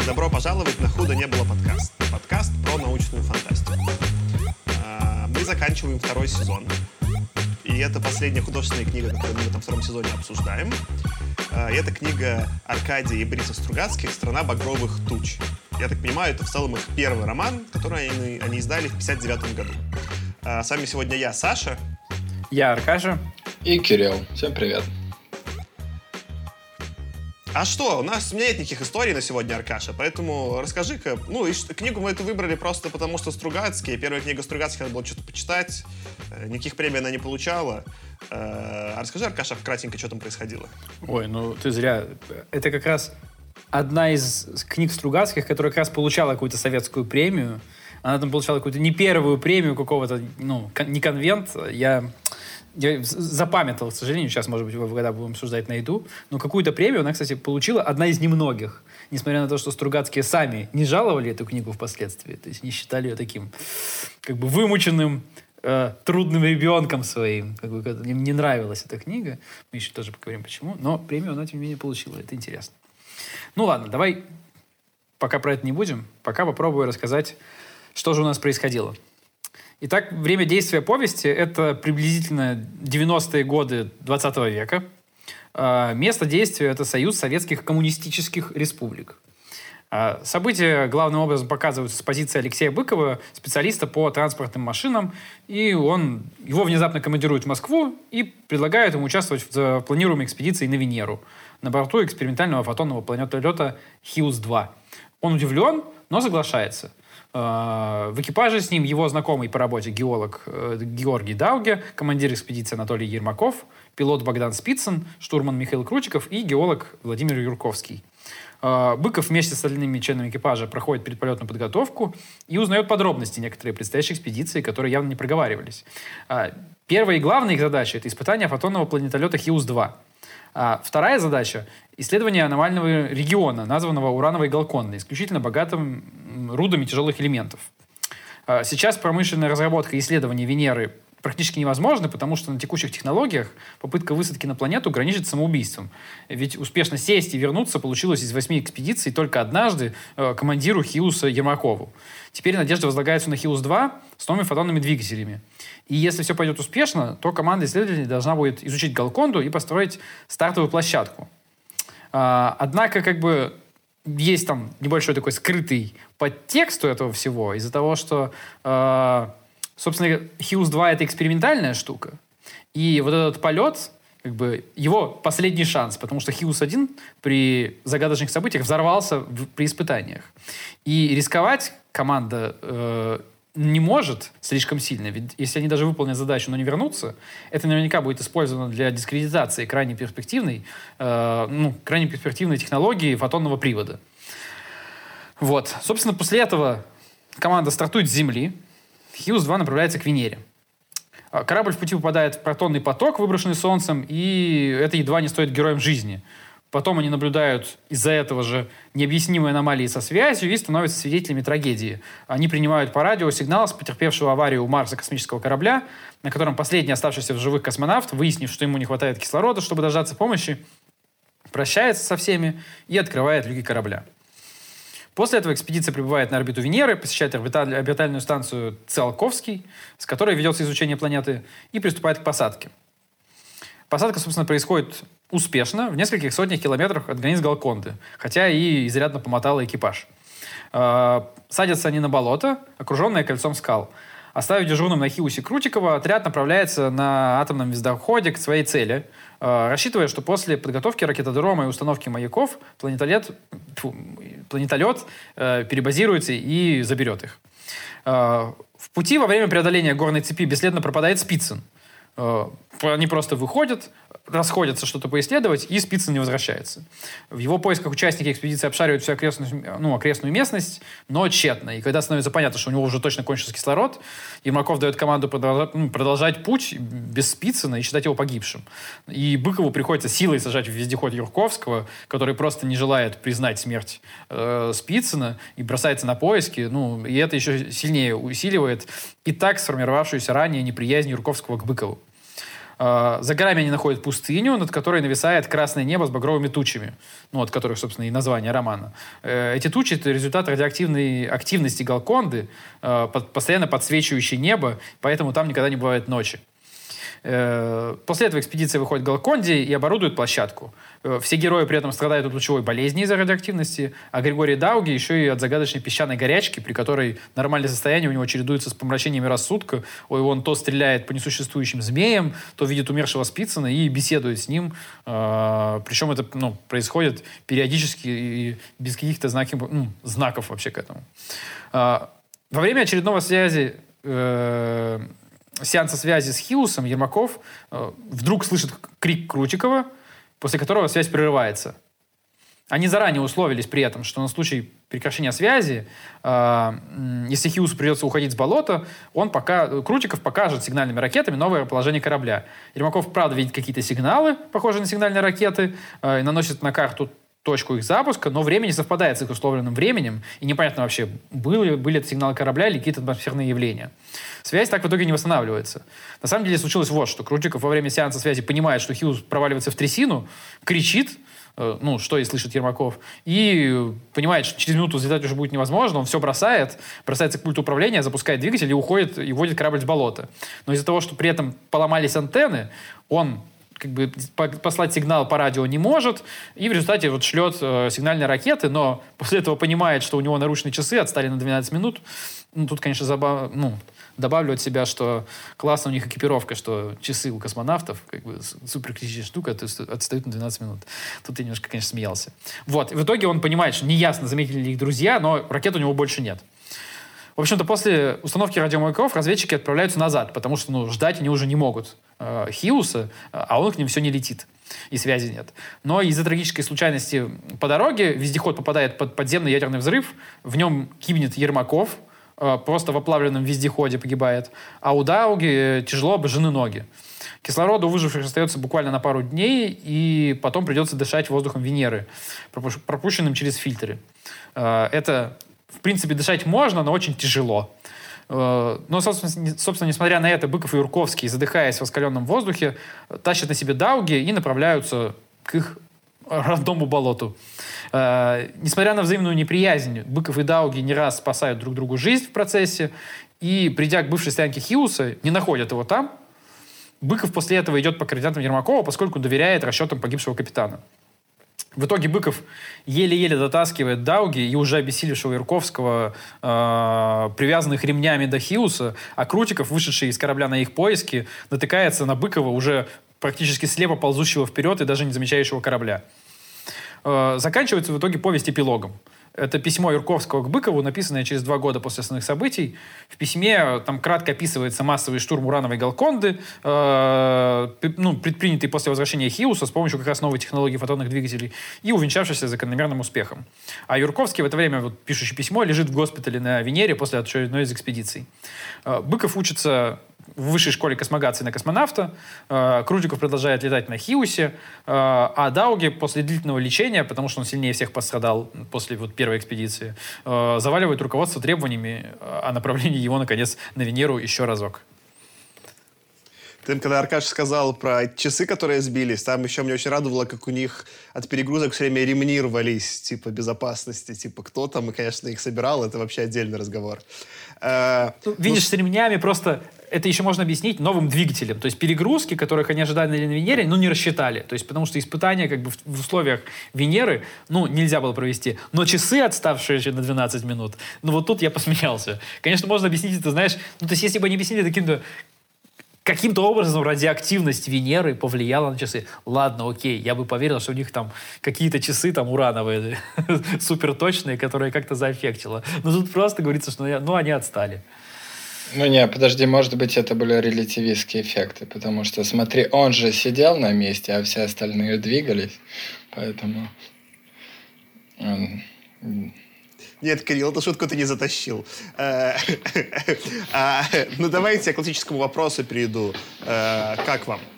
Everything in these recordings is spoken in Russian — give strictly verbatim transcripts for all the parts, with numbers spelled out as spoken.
Добро пожаловать на «Худо не было» подкаст. Подкаст про научную фантастику. Мы заканчиваем второй сезон. И это последняя художественная книга, которую мы в этом втором сезоне обсуждаем. И это книга Аркадия и Бориса Стругацких «Страна багровых туч». Я так понимаю, это в целом их первый роман, который они, они издали в пятьдесят девятом году. С вами сегодня я, Саша. Я, Аркаша. И Кирилл. Всем привет. А что, у нас у меня нет никаких историй на сегодня, Аркаша, поэтому расскажи-ка. Ну, и книгу мы эту выбрали просто потому, что Стругацкие. Первая книга Стругацких, надо было что-то почитать. Никаких премий она не получала. А расскажи, Аркаша, кратенько, что там происходило. Ой, ну ты зря. Это как раз одна из книг Стругацких, которая как раз получала какую-то советскую премию. Она там получала какую-то не первую премию какого-то, ну, не конвент. Я... Я запамятовал, к сожалению, сейчас, может быть, когда будем обсуждать, найду. Но какую-то премию она, кстати, получила, одна из немногих. Несмотря на то, что Стругацкие сами не жаловали эту книгу впоследствии. То есть не считали ее таким, как бы, вымученным, э, трудным ребенком своим. Как бы, им не нравилась эта книга. Мы еще тоже поговорим, почему. Но премию она, тем не менее, получила. Это интересно. Ну ладно, давай пока про это не будем. Пока попробую рассказать, что же у нас происходило. Итак, время действия повести – это приблизительно девяностые годы двадцатого века. Место действия – это Союз Советских Коммунистических Республик. События главным образом показываются с позиции Алексея Быкова, специалиста по транспортным машинам, и он, его внезапно командируют в Москву и предлагают ему участвовать в планируемой экспедиции на Венеру на борту экспериментального фотонного планетолета Хьюз два. Он удивлен, но соглашается. В экипаже с ним его знакомый по работе геолог Георгий Дауге, командир экспедиции Анатолий Ермаков, пилот Богдан Спицын, штурман Михаил Крутиков и геолог Владимир Юрковский. Быков вместе с остальными членами экипажа проходит предполетную подготовку и узнает подробности некоторые предстоящей экспедиции, которые явно не проговаривались. Первая и главная их задача – это испытание фотонного планетолета Хьюз два. А вторая задача – исследование аномального региона, названного урановой Галконной, исключительно богатым рудами тяжелых элементов. Сейчас промышленная разработка и исследование Венеры практически невозможны, потому что на текущих технологиях попытка высадки на планету граничит с самоубийством. Ведь успешно сесть и вернуться получилось из восьми экспедиций только однажды командиру Хьюза Ермакову. Теперь надежда возлагается на Хьюз два с новыми фотонными двигателями. И если все пойдет успешно, то команда исследователей должна будет изучить Галконду и построить стартовую площадку. Однако, как бы, есть там небольшой такой скрытый подтекст у этого всего, из-за того, что, собственно, Хьюз два — это экспериментальная штука, и вот этот полет, как бы, его последний шанс, потому что Хьюз один при загадочных событиях взорвался в, при испытаниях. И рисковать команда э, не может слишком сильно, ведь если они даже выполнят задачу, но не вернутся, это наверняка будет использовано для дискредитации крайне перспективной, э, ну, крайне перспективной технологии фотонного привода. Вот. Собственно, после этого команда стартует с Земли, Хьюз два направляется к Венере. Корабль в пути попадает в протонный поток, выброшенный Солнцем, и это едва не стоит героям жизни. Потом они наблюдают из-за этого же необъяснимые аномалии со связью и становятся свидетелями трагедии. Они принимают по радио сигнал с потерпевшего аварию у Марса космического корабля, на котором последний оставшийся в живых космонавт, выяснив, что ему не хватает кислорода, чтобы дождаться помощи, прощается со всеми и открывает люки корабля. После этого экспедиция прибывает на орбиту Венеры, посещает орбиталь, орбитальную станцию Циолковский, с которой ведется изучение планеты, и приступает к посадке. Посадка, собственно, происходит успешно, в нескольких сотнях километрах от границ Галконды, хотя и изрядно помотала экипаж. Садятся они на болото, окруженное кольцом скал. Оставив дежурным на Хьюзе Крутикова, отряд направляется на атомном вездеходе к своей цели, рассчитывая, что после подготовки ракетодрома и установки маяков планетолет, фу, планетолет э, перебазируется и заберет их. Э, в пути во время преодоления горной цепи бесследно пропадает Спицын. Э, они просто выходят, расходятся что-то поисследовать, и Спицын не возвращается. В его поисках участники экспедиции обшаривают всю окрестную, ну, окрестную местность, но тщетно. И когда становится понятно, что у него уже точно кончился кислород, Ермаков дает команду продолжать, ну, продолжать путь без Спицына и считать его погибшим. И Быкову приходится силой сажать в вездеход Юрковского, который просто не желает признать смерть э, Спицына и бросается на поиски. Ну, и это еще сильнее усиливает и так сформировавшуюся ранее неприязнь Юрковского к Быкову. Э, за горами они находят пустыню, над которой нависает красное небо с багровыми тучами, ну, от которых, собственно, и название романа. Э, эти тучи — это результат радиоактивной активности Галконды, э, под, постоянно подсвечивающей небо, поэтому там никогда не бывает ночи. После этого экспедиция выходит к Галконде и оборудует площадку. Все герои при этом страдают от лучевой болезни из-за радиоактивности, а Григорий Дауги еще и от загадочной песчаной горячки, при которой нормальное состояние у него чередуется с помрачениями рассудка. Ой, он то стреляет по несуществующим змеям, то видит умершего Спицына и беседует с ним. Причем это, ну, происходит периодически и без каких-то знаки, ну, знаков вообще к этому. Во время очередного связи... сеанса связи с Хиусом Ермаков э, вдруг слышит крик Крутикова, после которого связь прерывается. Они заранее условились при этом, что на случай прекращения связи, э, если Хиусу придется уходить с болота, он пока, Крутиков покажет сигнальными ракетами новое положение корабля. Ермаков, правда, видит какие-то сигналы, похожие на сигнальные ракеты, э, и наносит на карту точку их запуска, но время не совпадает с их условленным временем, и непонятно вообще, были, были это сигналы корабля или какие-то атмосферные явления. Связь так в итоге не восстанавливается. На самом деле случилось вот что. Крутиков во время сеанса связи понимает, что Хиус проваливается в трясину, кричит, э, ну, что и слышит Ермаков, и понимает, что через минуту взлетать уже будет невозможно, он все бросает, бросается к пульту управления, запускает двигатель и уходит, и вводит корабль с болота. Но из-за того, что при этом поломались антенны, он как бы послать сигнал по радио не может, и в результате вот шлет э, сигнальные ракеты, но после этого понимает, что у него наручные часы отстали на двенадцать минут. Ну, тут, конечно, забав... ну, добавлю от себя, что классно у них экипировка, что часы у космонавтов, как бы супер критичная штука, отстают на двенадцать минут. Тут я немножко, конечно, смеялся. Вот, и в итоге он понимает, что неясно, заметили ли их друзья, но ракет у него больше нет. В общем-то, после установки радиомаяков разведчики отправляются назад, потому что, ну, ждать они уже не могут э, Хиуса, а он к ним все не летит, и связи нет. Но из-за трагической случайности по дороге вездеход попадает под подземный ядерный взрыв, в нем гибнет Ермаков, э, просто в оплавленном вездеходе погибает, а у Дауги тяжело обожжены ноги. Кислорода у выживших остается буквально на пару дней, и потом придется дышать воздухом Венеры, пропущенным через фильтры. Э, это... В принципе, дышать можно, но очень тяжело. Но, собственно, собственно, несмотря на это, Быков и Юрковский, задыхаясь в раскаленном воздухе, тащат на себе Дауги и направляются к их родному болоту. Несмотря на взаимную неприязнь, Быков и Дауги не раз спасают друг другу жизнь в процессе, и, придя к бывшей стоянке Хиуса, не находят его там. Быков после этого идет по координатам Ермакова, поскольку доверяет расчетам погибшего капитана. В итоге Быков еле-еле дотаскивает Дауги и уже обессилевшего Юрковского, э, привязанных ремнями до Хиуса, а Крутиков, вышедший из корабля на их поиски, натыкается на Быкова, уже практически слепо ползущего вперед и даже не замечающего корабля. Э, заканчивается в итоге повесть эпилогом. Это письмо Юрковского к Быкову, написанное через два года после основных событий. В письме там кратко описывается массовый штурм урановой Галконды, э, ну, предпринятый после возвращения Хиуса с помощью как раз новой технологии фотонных двигателей и увенчавшийся закономерным успехом. А Юрковский в это время, вот, пишущий письмо, лежит в госпитале на Венере после очередной из экспедиций. Э, Быков учится в высшей школе космогации на космонавта, э, Крутиков продолжает летать на Хиусе, э, а Дауги после длительного лечения, потому что он сильнее всех пострадал после вот первой экспедиции, э, заваливает руководство требованиями о направлении его, наконец, на Венеру еще разок. Ты, когда Аркаша сказал про часы, которые сбились, там еще меня очень радовало, как у них от перегрузок все время ремни рвались, типа, безопасности, типа, кто там, и, конечно, их собирал, это вообще отдельный разговор. Ну, видишь, ну, с ремнями просто это еще можно объяснить новым двигателем. То есть перегрузки, которых они ожидали на Венере, ну, не рассчитали. То есть потому что испытания как бы в, в условиях Венеры, ну, нельзя было провести. Но часы, отставшие на двенадцать минут, ну, вот тут я посмеялся. Конечно, можно объяснить это, знаешь, ну, то есть если бы они объяснили таким-то каким-то образом радиоактивность Венеры повлияла на часы. Ладно, окей, я бы поверил, что у них там какие-то часы там урановые, суперточные, которые как-то заэффектило. Но тут просто говорится, что ну, они отстали. Ну не, подожди, может быть, это были релятивистские эффекты, потому что, смотри, он же сидел на месте, а все остальные двигались, поэтому... Нет, Кирилл, эту шутку ты не затащил. Ну, давайте я к классическому вопросу перейду. Как вам?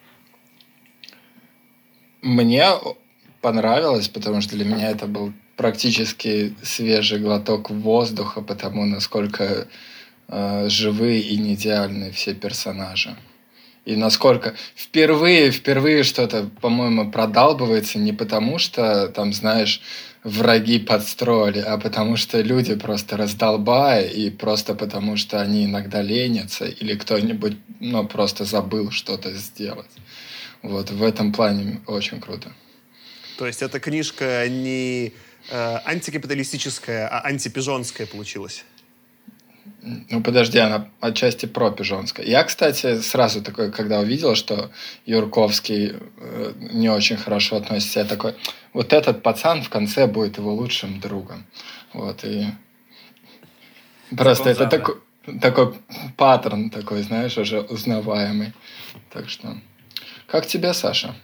Мне понравилось, потому что для меня это был практически свежий глоток воздуха, потому насколько живые и не идеальные все персонажи. И насколько впервые, впервые что-то, по-моему, продалбывается не потому, что, там, знаешь, враги подстроили, а потому что люди просто раздолбая, и просто потому что они иногда ленятся, или кто-нибудь, ну, просто забыл что-то сделать. Вот, в этом плане очень круто. То есть эта книжка не э, антикапиталистическая, а антипижонская получилась? Ну, подожди, она отчасти про-пижонская. Я, кстати, сразу такой, когда увидел, что Юрковский э, не очень хорошо относится, я такой, вот этот пацан в конце будет его лучшим другом. Вот, и просто это такой, такой паттерн такой, знаешь, уже узнаваемый. Так что, как тебе, Саша?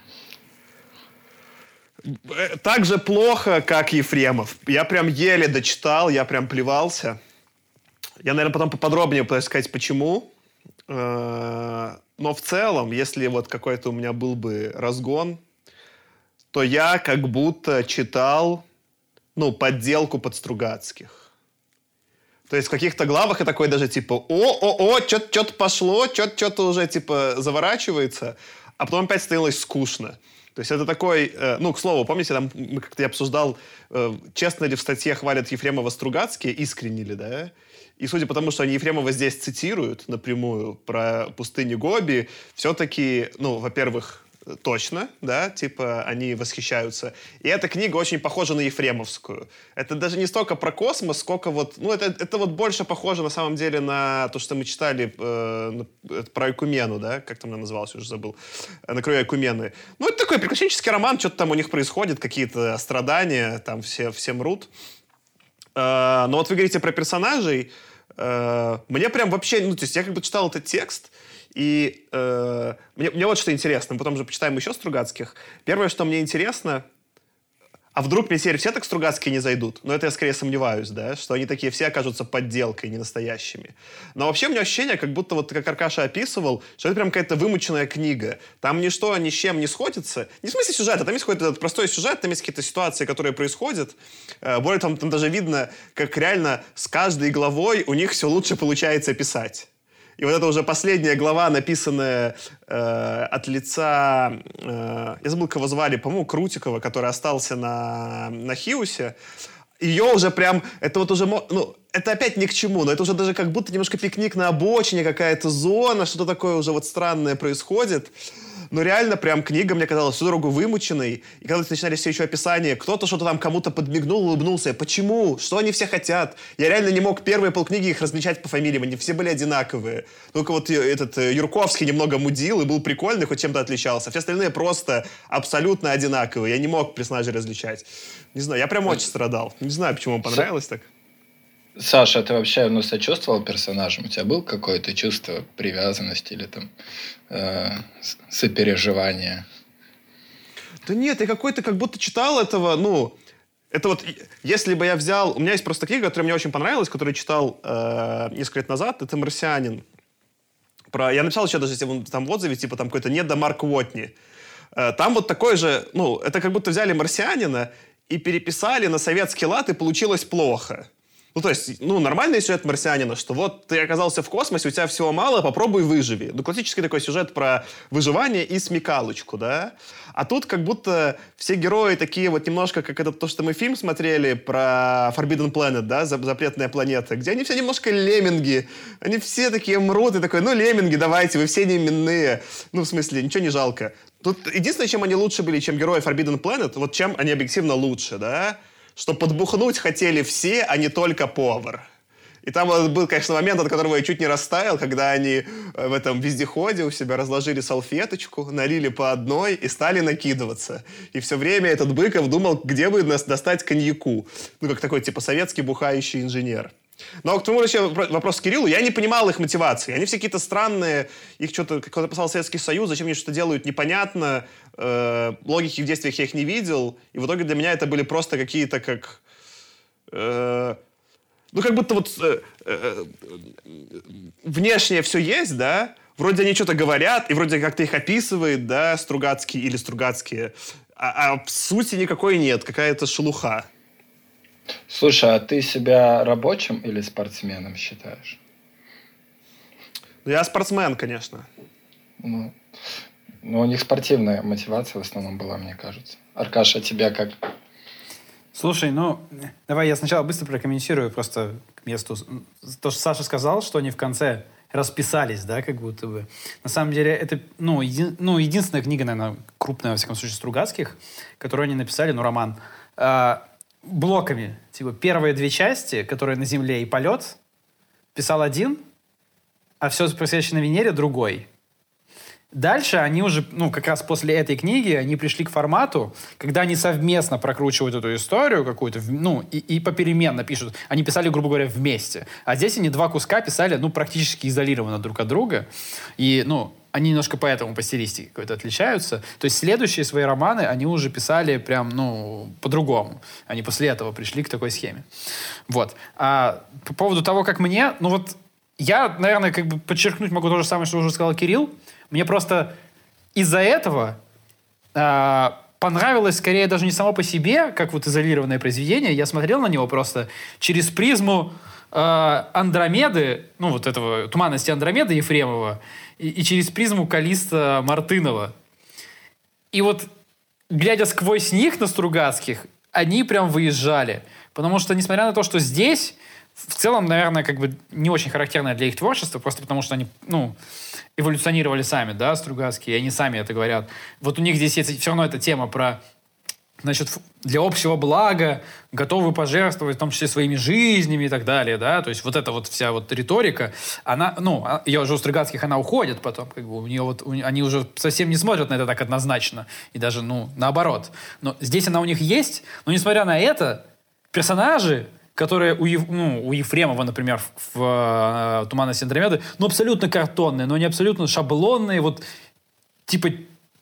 Так же плохо, как Ефремов. Я прям еле дочитал, я прям плевался. Я, наверное, потом поподробнее пытаюсь сказать, почему. Но в целом, если вот какой-то у меня был бы разгон, то я как будто читал, ну, подделку под Стругацких. То есть в каких-то главах я такой даже типа «О-о-о, что-то пошло, что-то уже типа заворачивается», а потом опять становилось скучно. То есть это такой, ну, к слову, помните, там мы как-то я обсуждал, честно ли в статье хвалят Ефремова Стругацкие, искренне ли, да? И судя по тому, что они Ефремова здесь цитируют напрямую про пустыню Гоби, все-таки, ну, во-первых, точно, да, типа они восхищаются. И эта книга очень похожа на Ефремовскую. Это даже не столько про космос, сколько вот, ну, это, это вот больше похоже на самом деле на то, что мы читали э, про Айкумену, да, как там она называлась, уже забыл, «На краю Айкумены». Ну, это такой приключенческий роман, что-то там у них происходит, какие-то страдания, там все, все мрут. Э, но вот вы говорите про персонажей, э, мне прям вообще, ну, то есть я как бы читал этот текст, и э, мне, мне вот что интересно, мы потом же почитаем еще Стругацких. Первое, что мне интересно, а вдруг мне теперь все так Стругацкие не зайдут? Но это я скорее сомневаюсь, да, что они такие все окажутся подделкой, не настоящими. Но вообще у меня ощущение, как будто вот как Аркаша описывал, что это прям какая-то вымученная книга. Там ничто ни с чем не сходится. Не в смысле сюжета, там есть какой-то простой сюжет, там есть какие-то ситуации, которые происходят. Более того, там даже видно, как реально с каждой главой у них все лучше получается писать. И вот это уже последняя глава, написанная э, от лица... Э, я забыл, кого звали, по-моему, Крутикова, который остался на, на Хиусе. Ее уже прям... Это вот уже... Ну, это опять ни к чему, но это уже даже как будто немножко пикник на обочине, какая-то зона, что-то такое уже вот странное происходит. Но реально прям книга, мне казалось, всю дорогу вымученной. И когда начинались все еще описания, кто-то что-то там кому-то подмигнул, улыбнулся. Почему? Что они все хотят? Я реально не мог первые полкниги их различать по фамилиям. Они все были одинаковые. Только вот этот Юрковский немного мудил и был прикольный, хоть чем-то отличался. Все остальные просто абсолютно одинаковые. Я не мог персонажей различать. Не знаю, я прям очень страдал. Не знаю, почему вам понравилось так. Саша, ты вообще, ну, сочувствовал персонажам? У тебя было какое-то чувство привязанности или там э, сопереживания? Да нет, я какой-то как будто читал этого, ну... Это вот, если бы я взял... У меня есть просто книга, которая мне очень понравилась, которую я читал э, несколько лет назад. Это «Марсианин». Про... Я написал еще даже там в отзыве, типа там какой-то «Неда Марк Уотни». Э, там вот такой же... Ну, это как будто взяли «Марсианина» и переписали на советский лад, и получилось плохо. Ну, то есть, ну, нормальный сюжет «Марсианина», что вот ты оказался в космосе, у тебя всего мало, попробуй выживи. Ну, классический такой сюжет про выживание и смекалочку, да? А тут как будто все герои такие вот немножко, как это то, что мы фильм смотрели про Forbidden Planet, да, «Запретная планета», где они все немножко лемминги, они все такие мрут, и такой, ну, лемминги, давайте, вы все неименные. Ну, в смысле, ничего не жалко. Тут единственное, чем они лучше были, чем герои Forbidden Planet, вот чем они объективно лучше, да, что подбухнуть хотели все, а не только повар. И там вот был, конечно, момент, от которого я чуть не растаял, когда они в этом вездеходе у себя разложили салфеточку, налили по одной и стали накидываться. И все время этот Быков думал, где бы достать коньяку. Ну, как такой, типа, советский бухающий инженер. Но к тому же вопрос к Кириллу. Я не понимал их мотивации. Они все какие-то странные. Их что-то, когда писал Советский Союз, зачем они что-то делают, непонятно. Э, логики в действиях я их не видел. И в итоге для меня это были просто какие-то как... Э, ну, как будто вот э, э, внешне все есть, да? Вроде они что-то говорят, и вроде как-то их описывает, да, Стругацкий или Стругацкие. А, а в сути никакой нет. Какая-то шелуха. Слушай, а ты себя рабочим или спортсменом считаешь? Ну, я спортсмен, конечно. Ну, ну, у них спортивная мотивация в основном была, мне кажется. Аркаша, тебе как? Слушай, ну, давай я сначала быстро прокомментирую просто к месту. То, что Саша сказал, что они в конце расписались, да, как будто бы. На самом деле, это, ну, еди, ну единственная книга, наверное, крупная, во всяком случае, Стругацких, которую они написали, ну, роман, э, блоками. Типа, первые две части, которые «На Земле» и «Полет», писал один, а «Все происходящее на Венере» другой. Дальше они уже, ну, как раз после этой книги, они пришли к формату, когда они совместно прокручивают эту историю какую-то, ну, и, и попеременно пишут. Они писали, грубо говоря, вместе. А здесь они два куска писали, ну, практически изолированно друг от друга. И, ну, они немножко поэтому по стилистике какой-то отличаются. То есть следующие свои романы они уже писали прям, ну, по-другому. Они после этого пришли к такой схеме. Вот. А по поводу того, как мне, ну, вот я, наверное, как бы подчеркнуть могу то же самое, что уже сказал Кирилл. Мне просто из-за этого э, понравилось скорее даже не само по себе, как вот изолированное произведение. Я смотрел на него просто через призму э, Андромеды, ну вот этого «Туманности Андромеды» Ефремова и, и через призму Каллиста Мартынова. И вот, глядя сквозь них на Стругацких, они прям выезжали. Потому что, несмотря на то, что здесь в целом, наверное, как бы не очень характерное для их творчества, просто потому что они, ну, эволюционировали сами, да, Стругацкие, и они сами это говорят. Вот у них здесь есть все равно эта тема про, значит, для общего блага готовы пожертвовать, в том числе своими жизнями и так далее, да, то есть вот эта вот вся вот риторика, она, ну, ее уже у Стругацких, она уходит потом, как бы у нее вот, у, они уже совсем не смотрят на это так однозначно, и даже, ну, наоборот. Но здесь она у них есть, но несмотря на это, персонажи, которые у, Ев, ну, у Ефремова, например, в, в э, «Туманности Андромеды», ну, абсолютно картонные, но не абсолютно шаблонные, вот, типа,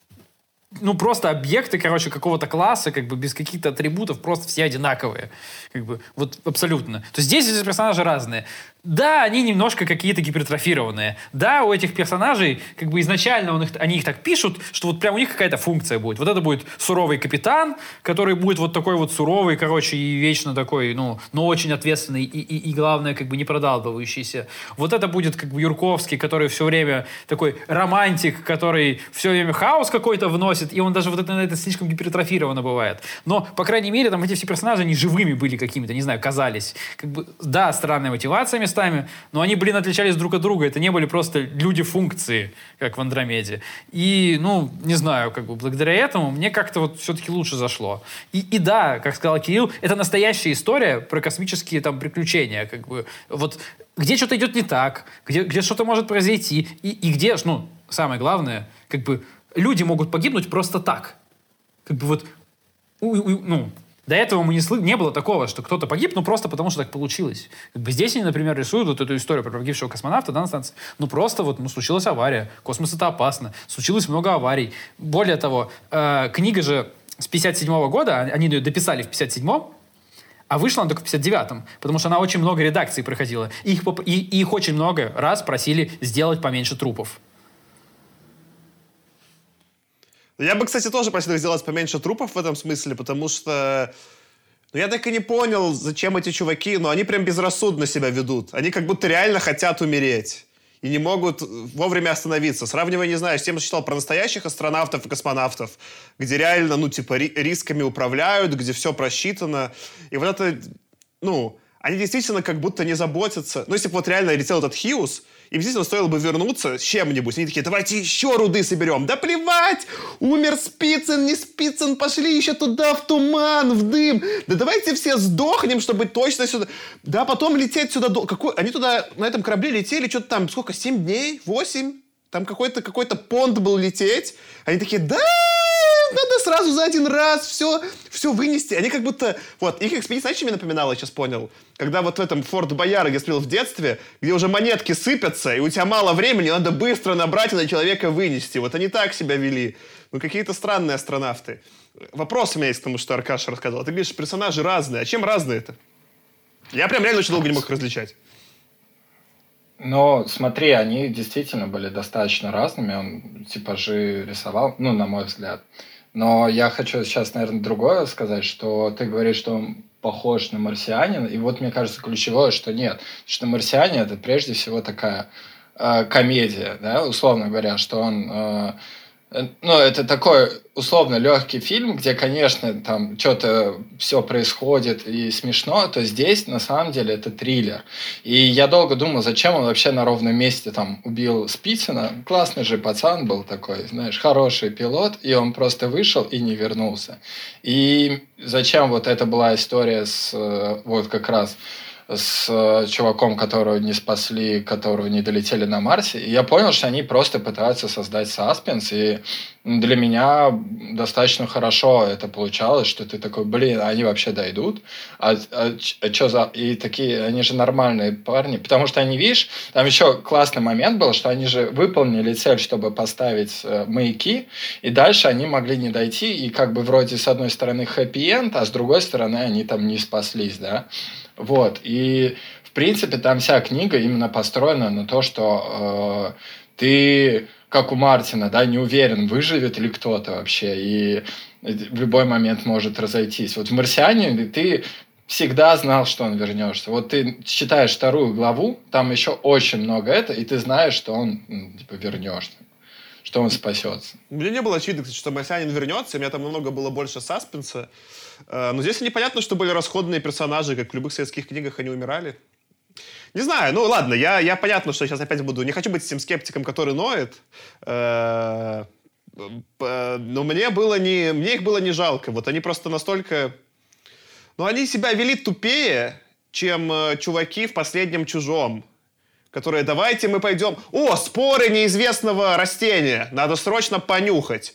ну, просто объекты, короче, какого-то класса, как бы, без каких-то атрибутов, просто все одинаковые, как бы, вот, абсолютно. То есть здесь эти персонажи разные. Да, они немножко какие-то гипертрофированные. Да, у этих персонажей, как бы, изначально он их, они их так пишут, что вот прям у них какая-то функция будет. Вот это будет суровый капитан, который будет вот такой вот суровый, короче, и вечно такой, ну, но очень ответственный и, и, и главное, как бы, не продалбывающийся. Вот это будет, как бы, Юрковский, который все время такой романтик, который все время хаос какой-то вносит, и он даже вот это, это слишком гипертрофировано бывает. Но, по крайней мере, там эти все персонажи, они живыми были какими-то, не знаю, казались. Как бы, да, странная мотивация местами, но они, блин, отличались друг от друга. Это не были просто люди-функции, как в «Андромеде». И, ну, не знаю, как бы благодаря этому мне как-то вот все-таки лучше зашло. И, и да, как сказал Кирилл, это настоящая история про космические там приключения. Как бы, вот где что-то идет не так, где, где что-то может произойти, и, и где, ну, самое главное, как бы люди могут погибнуть просто так. Как бы вот, у, у, ну, до этого мы не, сл- не было такого, что кто-то погиб, ну, просто потому, что так получилось. Как бы здесь они, например, рисуют вот эту историю про погибшего космонавта, да, на станции. Ну, просто вот, ну, случилась авария. Космос — это опасно. Случилось много аварий. Более того, э, книга же с пятьдесят седьмого года, они ее дописали в пятьдесят седьмом, а вышла она только в пятьдесят девятом, потому что она очень много редакций проходила. И их, поп- и, и их очень много раз просили сделать поменьше трупов. Я бы, кстати, тоже просил их сделать поменьше трупов в этом смысле, потому что... Ну, я так и не понял, зачем эти чуваки... Ну, они прям безрассудно себя ведут. Они как будто реально хотят умереть. И не могут вовремя остановиться. Сравнивая, не знаю, с тем, что читал про настоящих астронавтов и космонавтов, где реально, ну, типа, ри- рисками управляют, где все просчитано. И вот это... Ну, они действительно как будто не заботятся. Ну, если бы вот реально летел этот Хьюз, им действительно стоило бы вернуться с чем-нибудь. Они такие: давайте еще руды соберем. Да плевать! Умер Спицын, не Спицын, пошли еще туда, в туман, в дым. Да давайте все сдохнем, чтобы точно сюда... Да потом лететь сюда... До... Какой... Они туда на этом корабле летели, что-то там, сколько, семь дней? восемь? Там какой-то, какой-то понт был лететь. Они такие: да, надо сразу за один раз все, все вынести. Они как будто... Вот, их экспедиция, знаете, что мне напоминала, я сейчас понял? Когда вот в этом Форт Боярд, я смотрел в детстве, где уже монетки сыпятся, и у тебя мало времени, надо быстро набрать и на человека вынести. Вот они так себя вели. Ну, какие-то странные астронавты. Вопрос у меня есть к тому, что Аркаша рассказывал. Ты говоришь, персонажи разные. А чем разные это? Я прям реально очень долго не мог их различать. Ну, смотри, они действительно были достаточно разными. Он типажи рисовал, ну, на мой взгляд. Но я хочу сейчас, наверное, другое сказать, что ты говоришь, что он похож на марсианина, и вот мне кажется ключевое, что нет. Что марсианин — это прежде всего такая э, комедия, да, условно говоря, что он... Э, ну, это такой условно легкий фильм, где, конечно, там что-то все происходит и смешно, то здесь, на самом деле, это триллер. И я долго думал, зачем он вообще на ровном месте там убил Спицына. Классный же пацан был такой, знаешь, хороший пилот, и он просто вышел и не вернулся. И зачем вот это была история с вот как раз с чуваком, которого не спасли, которого не долетели на Марсе. И я понял, что они просто пытаются создать саспенс. И для меня достаточно хорошо это получалось, что ты такой, блин, они вообще дойдут? А, а, а что за... И такие, они же нормальные парни. Потому что они, видишь, там еще классный момент был, что они же выполнили цель, чтобы поставить э, маяки, и дальше они могли не дойти, и как бы вроде с одной стороны хэппи-энд, а с другой стороны они там не спаслись, да? Вот, и в принципе там вся книга именно построена на то, что э, ты, как у Мартина, да, не уверен, выживет ли кто-то вообще, и в любой момент может разойтись. Вот в «Марсиане» ты всегда знал, что он вернется. Вот ты читаешь вторую главу, там еще очень много этого, и ты знаешь, что он ну, типа вернется, что он спасется. Мне не было очевидно, кстати, что «Марсианин» вернется, у меня там намного было больше саспенса. Но здесь непонятно, что были расходные персонажи, как в любых советских книгах они умирали. Не знаю, ну ладно, я, я понятно, что сейчас опять буду... Не хочу быть этим скептиком, который ноет. Но мне, было не, мне их было не жалко. Вот они просто настолько... Ну, они себя вели тупее, чем чуваки в «Последнем чужом», которые «давайте мы пойдем...» «О, споры неизвестного растения! Надо срочно понюхать!»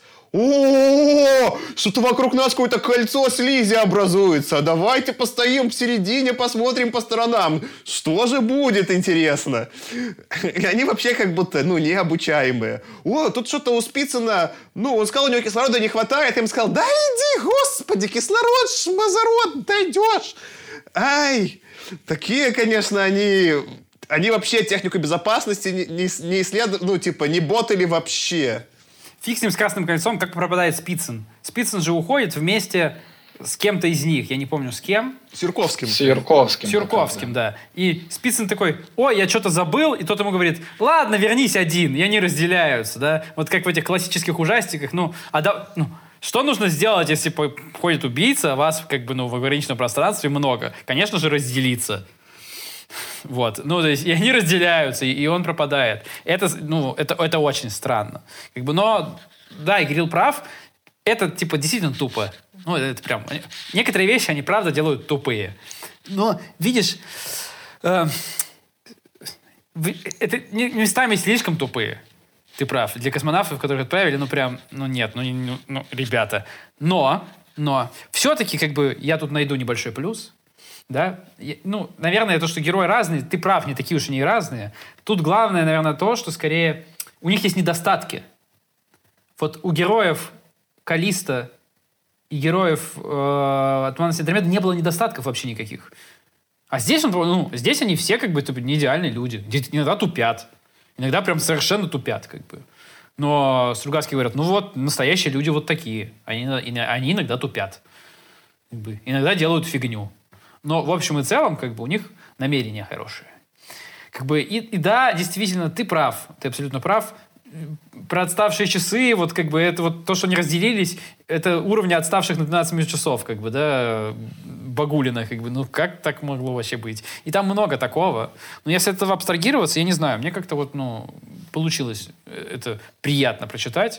О, что-то вокруг нас какое-то кольцо слизи образуется. Давайте постоим в середине, посмотрим по сторонам. Что же будет, интересно? И они вообще как будто, ну, необучаемые. О, тут что-то у Спицына... Ну, он сказал, у него кислорода не хватает. Я им сказал, да иди, господи, кислород, шмазород, дойдешь. Ай, такие, конечно, они... Они вообще технику безопасности не, не, не исследуют, ну, типа, не ботали вообще. Фиг с ним, с Красным кольцом, как пропадает Спицын. Спицын же уходит вместе с кем-то из них, я не помню с кем. С Юрковским. С Юрковским. С Юрковским, да. И Спицын такой, ой, я что-то забыл, и тот ему говорит, ладно, вернись один, и они разделяются, да. Вот как в этих классических ужастиках, ну, а да, ну, что нужно сделать, если ходит убийца, а вас как бы, ну, в ограниченном пространстве много? Конечно же, разделиться. Вот, ну, то есть, и они разделяются, и, и он пропадает. Это, ну, это, это очень странно. Как бы, но, да, и Кирилл прав, это, типа, действительно тупо. Ну, это, это прям... Некоторые вещи, они, правда, делают тупые. Но, видишь, э, это местами слишком тупые. Ты прав. Для космонавтов, которых отправили, ну, прям, ну, нет, ну, ну, ну ребята. Но, но, все-таки, как бы, я тут найду небольшой плюс. Да? Ну, наверное, то, что герои разные, ты прав, не такие уж и не разные. Тут главное, наверное, то, что скорее у них есть недостатки. Вот у героев Каллиста и героев э, Атмана Андромеды не было недостатков вообще никаких. А здесь, он, ну, здесь они все как бы не идеальные люди. Иногда тупят. Иногда прям совершенно тупят. Как бы. Но Стругацкие говорят, ну вот, настоящие люди вот такие. Они, они иногда тупят. Как бы. Иногда делают фигню. Но в общем и целом, как бы, у них намерения хорошие. Как бы, и, и да, действительно, ты прав. Ты абсолютно прав. Про отставшие часы, вот как бы это вот то, что они разделились, это уровня отставших на двенадцать минут часов, как бы, да, Багулина, как бы, ну как так могло вообще быть? И там много такого. Но если от этого абстрагироваться, я не знаю, мне как-то вот, ну, получилось это приятно прочитать.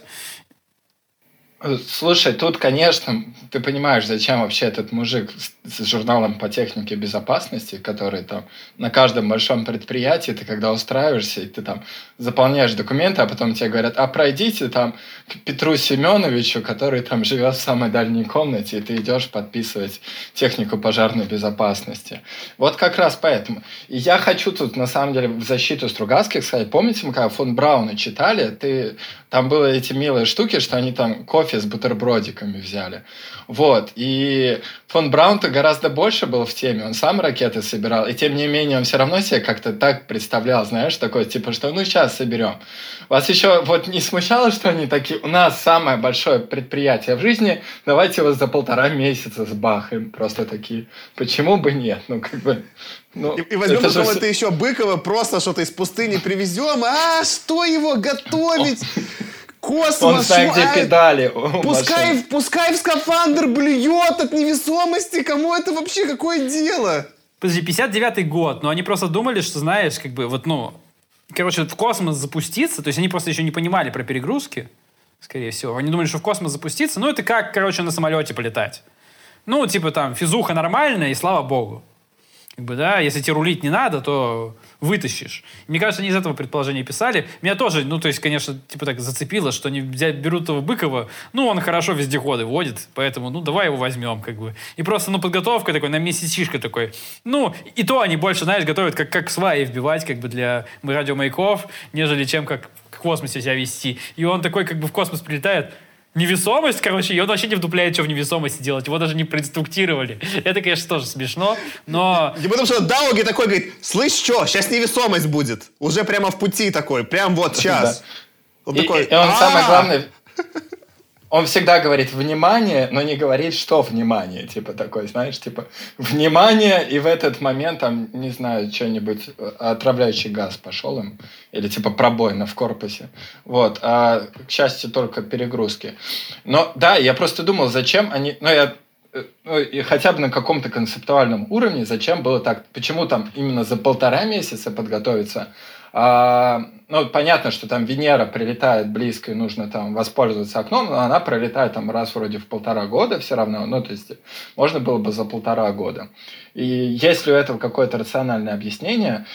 Слушай, тут, конечно, ты понимаешь, зачем вообще этот мужик с, с журналом по технике безопасности, который там на каждом большом предприятии, ты когда устраиваешься, и ты там заполняешь документы, а потом тебе говорят, а пройдите там к Петру Семеновичу, который там живет в самой дальней комнате, и ты идешь подписывать технику пожарной безопасности. Вот как раз поэтому. И я хочу тут, на самом деле, в защиту Стругацких сказать, помните, мы когда фон Брауна читали, ты, там были эти милые штуки, что они там кофе кофе с бутербродиками взяли. Вот. И фон Браун-то гораздо больше был в теме. Он сам ракеты собирал. И тем не менее, он все равно себе как-то так представлял, знаешь, такое, типа, что ну сейчас соберем. Вас еще вот не смущало, что они такие, у нас самое большое предприятие в жизни, давайте его за полтора месяца сбахаем. Просто такие, почему бы нет? Ну, как бы... Ну, и, и возьмем какого-то же... еще Быкова, просто что-то из пустыни привезем. А, что его готовить? Космос. Он знает, где а, педали. Пускай, пускай в скафандр блюет от невесомости. Кому это вообще какое дело? Подожди, пятьдесят девятый год. Но они просто думали, что, знаешь, как бы, вот, ну... Короче, в космос запуститься. То есть они просто еще не понимали про перегрузки, скорее всего. Они думали, что в космос запуститься. Ну, это как, короче, на самолете полетать. Ну, типа там, физуха нормальная, и слава богу. Как бы, да, если тебе рулить не надо, то вытащишь. Мне кажется, они из этого предположения писали. Меня тоже, ну, то есть, конечно, типа так зацепило, что они взять, берут этого Быкова, ну, он хорошо вездеходы водит, поэтому, ну, давай его возьмем, как бы. И просто, ну, подготовка такой, на месячишко такой. Ну, и то они больше, знаешь, готовят, как, как сваи вбивать, как бы, для радиомаяков, нежели чем как в космосе себя вести. И он такой, как бы, в космос прилетает. Невесомость, короче, и он вообще не вдупляет, что в невесомости делать. Его даже не проинструктировали. Это, конечно, тоже смешно, но... И потому что Дауги такой говорит, слышь, что, сейчас невесомость будет. Уже прямо в пути такой, прям вот сейчас. Да. Он и, такой, и он самое главное... Он всегда говорит «внимание», но не говорит, что «внимание». Типа такой, знаешь, типа «внимание», и в этот момент, там, не знаю, что-нибудь, отравляющий газ пошел им, или типа пробоина в корпусе. Вот. А, к счастью, только перегрузки. Но, да, я просто думал, зачем они... Ну, я... Ну, и хотя бы на каком-то концептуальном уровне, зачем было так? Почему там именно за полтора месяца подготовиться? А, ну, понятно, что там Венера прилетает близко, и нужно там воспользоваться окном, но она пролетает там раз вроде в полтора года все равно, ну, то есть можно было бы за полтора года. И есть ли у этого какое-то рациональное объяснение?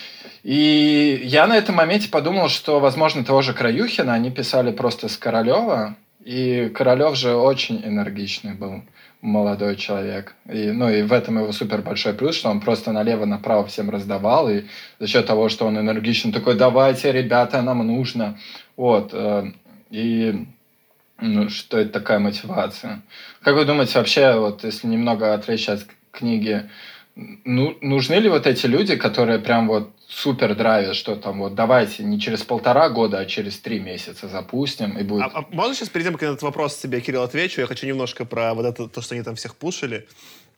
И я на этом моменте подумал, что, возможно, того же Краюхина они писали просто с Королева, и Королев же очень энергичный был молодой человек. И, ну, и в этом его супер большой плюс, что он просто налево-направо всем раздавал, и за счет того, что он энергичный, такой, давайте, ребята, нам нужно. Вот. И ну, что это такая мотивация? Как вы думаете, вообще, вот если немного отвлечься от книги, ну, нужны ли вот эти люди, которые прям вот супер драйвят, что там вот давайте не через полтора года, а через три месяца запустим и будет... А, а можно сейчас перед тем, как на этот вопрос тебе, Кирилл, отвечу? Я хочу немножко про вот это, то, что они там всех пушили.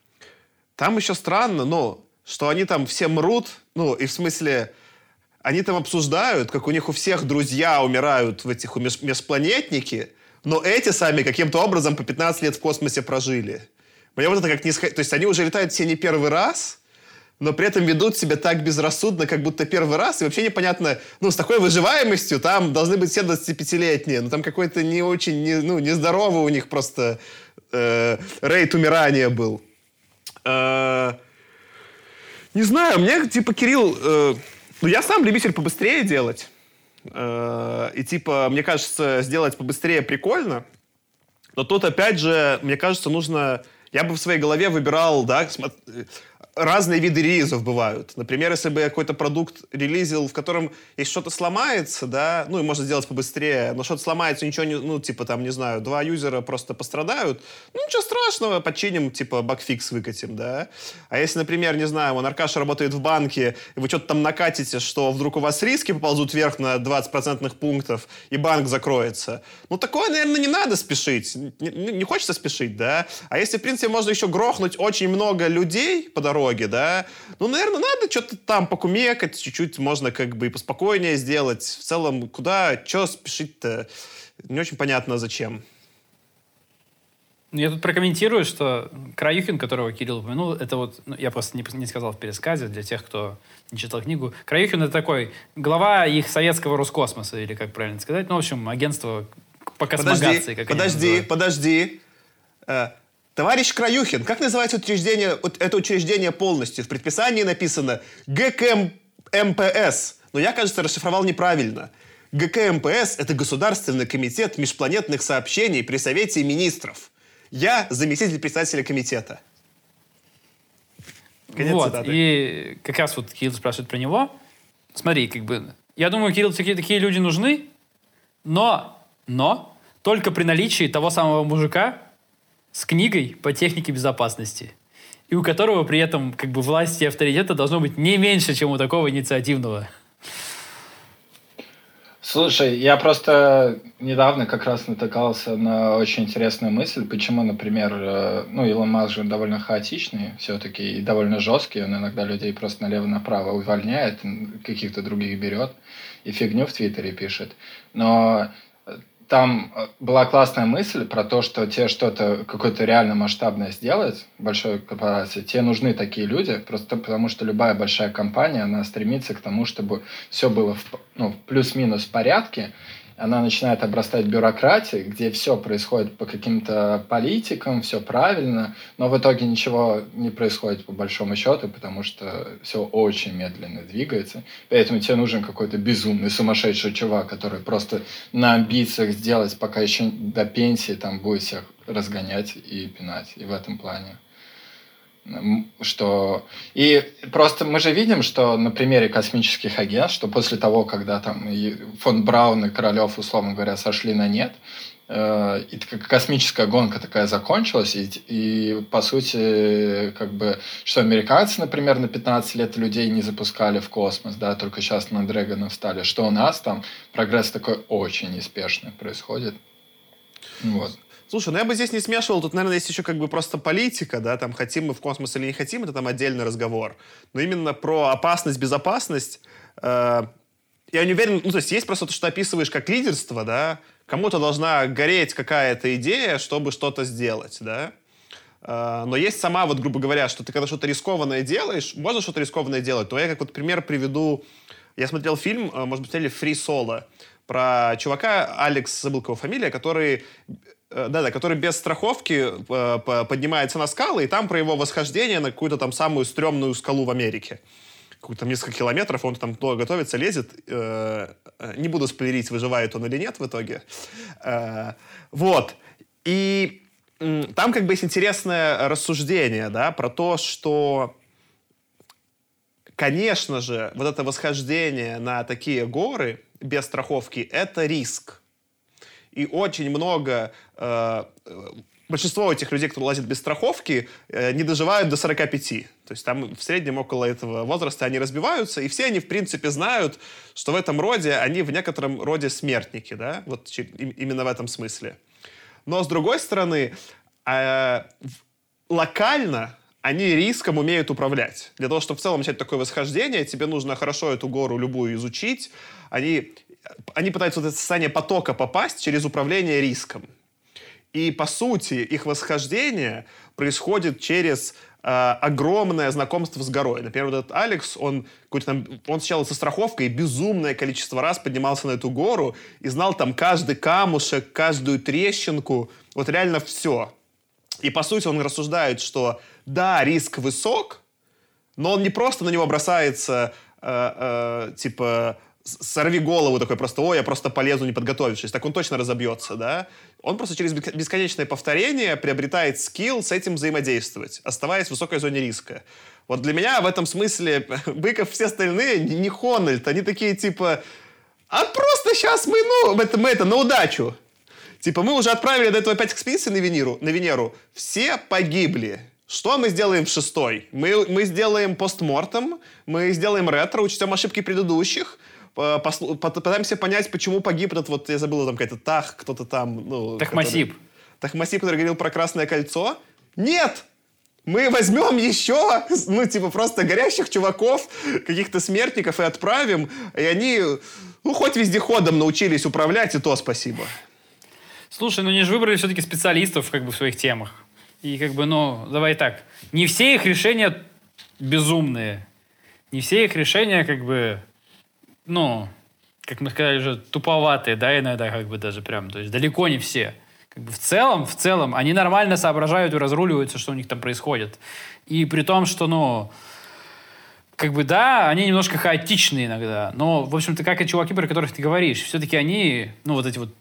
Там еще странно, ну, что они там все мрут, ну, и в смысле, они там обсуждают, как у них у всех друзья умирают в этих меж, межпланетники, но эти сами каким-то образом по пятнадцать лет в космосе прожили. Мне вот это как не... То есть они уже летают все не первый раз, но при этом ведут себя так безрассудно, как будто первый раз, и вообще непонятно, ну, с такой выживаемостью там должны быть все двадцатипятилетние, но там какой-то не очень, не, ну, нездоровый у них просто э, рейт умирания был. Э, не знаю, мне, типа, Кирилл, э, ну, я сам любитель побыстрее делать, э, и, типа, мне кажется, сделать побыстрее прикольно, но тут, опять же, мне кажется, нужно... Я бы в своей голове выбирал, да, разные виды релизов бывают. Например, если бы я какой-то продукт релизил, в котором если что-то сломается, да, ну и можно сделать побыстрее, но что-то сломается, ничего не, ну, типа там, не знаю, два юзера просто пострадают, ну ничего страшного, починим, типа багфикс выкатим, да. А если, например, не знаю, вон Аркаша работает в банке, и вы что-то там накатите, что вдруг у вас риски поползут вверх на двадцать процентных пунктов, и банк закроется, ну такое, наверное, не надо спешить, не, не хочется спешить, да. А если, в принципе, можно еще грохнуть очень много людей по дороге, да, ну, наверное, надо что-то там покумекать, чуть-чуть можно как бы и поспокойнее сделать. В целом, куда, что спешить-то? Не очень понятно, зачем. Я тут прокомментирую, что Краюхин, которого Кирилл упомянул, это вот, ну, я просто не, не сказал в пересказе для тех, кто не читал книгу. Краюхин — это такой глава их советского Роскосмоса, или как правильно сказать, ну, в общем, агентство по космогации. Как подожди, подожди, подожди. Товарищ Краюхин, как называется учреждение, это учреждение полностью? В предписании написано ГКМПС, но я, кажется, расшифровал неправильно. ГКМПС – это Государственный комитет межпланетных сообщений при Совете министров. Я заместитель председателя комитета. Конец вот, цитаты. И как раз вот Кирилл спрашивает про него. Смотри, как бы, я думаю, Кирилл, такие, такие люди нужны, но, но только при наличии того самого мужика с книгой по технике безопасности, и у которого при этом как бы власти и авторитета должно быть не меньше, чем у такого инициативного. Слушай, я просто недавно как раз натыкался на очень интересную мысль, почему, например, э, ну, Илон Маск же довольно хаотичный все-таки и довольно жесткий, он иногда людей просто налево-направо увольняет, м, каких-то других берет и фигню в Твиттере пишет. Но э, там э, была классная мысль про то, что те что-то какое-то реально масштабное сделать, большой корпорации, те нужны такие люди, просто потому что любая большая компания, она стремится к тому, чтобы все было в, п- ну, плюс-минус в порядке. Она начинает обрастать бюрократией, где все происходит по каким-то политикам, все правильно, но в итоге ничего не происходит по большому счету, потому что все очень медленно двигается. Поэтому тебе нужен какой-то безумный, сумасшедший чувак, который просто на амбициях сделать, пока еще до пенсии там будет всех разгонять и пинать. И в этом плане. М, Что... И просто мы же видим, что на примере космических агентств, что после того, когда там и фон Браун и Королев, условно говоря, сошли на нет, э, и такая космическая гонка такая закончилась, и, и по сути, как бы, что американцы, например, на пятнадцать лет людей не запускали в космос, да, только сейчас на Дрэгонов стали, что у нас там прогресс такой очень неспешный происходит. Вот. Слушай, ну я бы здесь не смешивал, тут, наверное, есть еще как бы просто политика, да, там хотим мы в космос или не хотим, это там отдельный разговор. Но именно про опасность, безопасность, э, я не уверен, ну то есть есть просто то, что ты описываешь как лидерство, да, кому-то должна гореть какая-то идея, чтобы что-то сделать, да. Э, но есть сама, вот, грубо говоря, что ты когда что-то рискованное делаешь, можно что-то рискованное делать, но я как вот пример приведу, я смотрел фильм, э, может быть, смотрели «Free Solo», про чувака, Алекс, забыл его фамилия, который... Да-да, который без страховки э, поднимается на скалы, и там про его восхождение на какую-то там самую стрёмную скалу в Америке. Какую-то там несколько километров, он там долго готовится, лезет. Э, не буду спойлерить, выживает он или нет в итоге. Э, вот. И э, там как бы есть интересное рассуждение, да, про то, что, конечно же, вот это восхождение на такие горы без страховки — это риск. И очень много, э, большинство этих людей, кто лазит без страховки, э, не доживают до сорока пяти. То есть там в среднем около этого возраста они разбиваются, и все они, в принципе, знают, что в этом роде они в некотором роде смертники, да, вот че- им- именно в этом смысле. Но, с другой стороны, э, локально они риском умеют управлять. Для того, чтобы в целом начать такое восхождение, тебе нужно хорошо эту гору любую изучить. Они... Они пытаются в это состояние потока попасть через управление риском. И, по сути, их восхождение происходит через э, огромное знакомство с горой. Например, вот этот Алекс, он, там, он сначала со страховкой безумное количество раз поднимался на эту гору и знал там каждый камушек, каждую трещинку, вот реально все. И, по сути, он рассуждает, что да, риск высок, но он не просто на него бросается, э, э, типа... сорви голову такой просто, ой, я просто полезу, не подготовившись. Так он точно разобьется, да? Он просто через бесконечное повторение приобретает скилл с этим взаимодействовать, оставаясь в высокой зоне риска. Вот для меня в этом смысле Быков все остальные не Хональд, они такие типа, а просто сейчас мы, ну, это, мы это, на удачу. Типа мы уже отправили до этого пять экспедиций на Венеру, на Венеру, все погибли. Что мы сделаем в шестой? Мы, мы сделаем постмортем, мы сделаем ретро, учтем ошибки предыдущих, Послу... пытаемся понять, почему погиб этот, вот я забыл, там какой-то Тах, кто-то там... Ну, Тахмасип. Который... Тахмасип, который говорил про Красное кольцо. Нет! Мы возьмем еще, ну, типа, просто горящих чуваков, каких-то смертников и отправим, и они, ну, хоть вездеходом научились управлять, и то спасибо. Слушай, ну, они же выбрали все-таки специалистов, как бы, в своих темах. И, как бы, ну, давай так, не все их решения безумные. Не все их решения, как бы... ну, как мы сказали уже, туповатые, да, иногда как бы даже прям, то есть далеко не все. Как бы в целом, в целом, они нормально соображают и разруливаются, что у них там происходит. И при том, что, ну, как бы, да, они немножко хаотичны иногда, но, в общем-то, как и чуваки, про которых ты говоришь, все-таки они, ну, вот эти вот,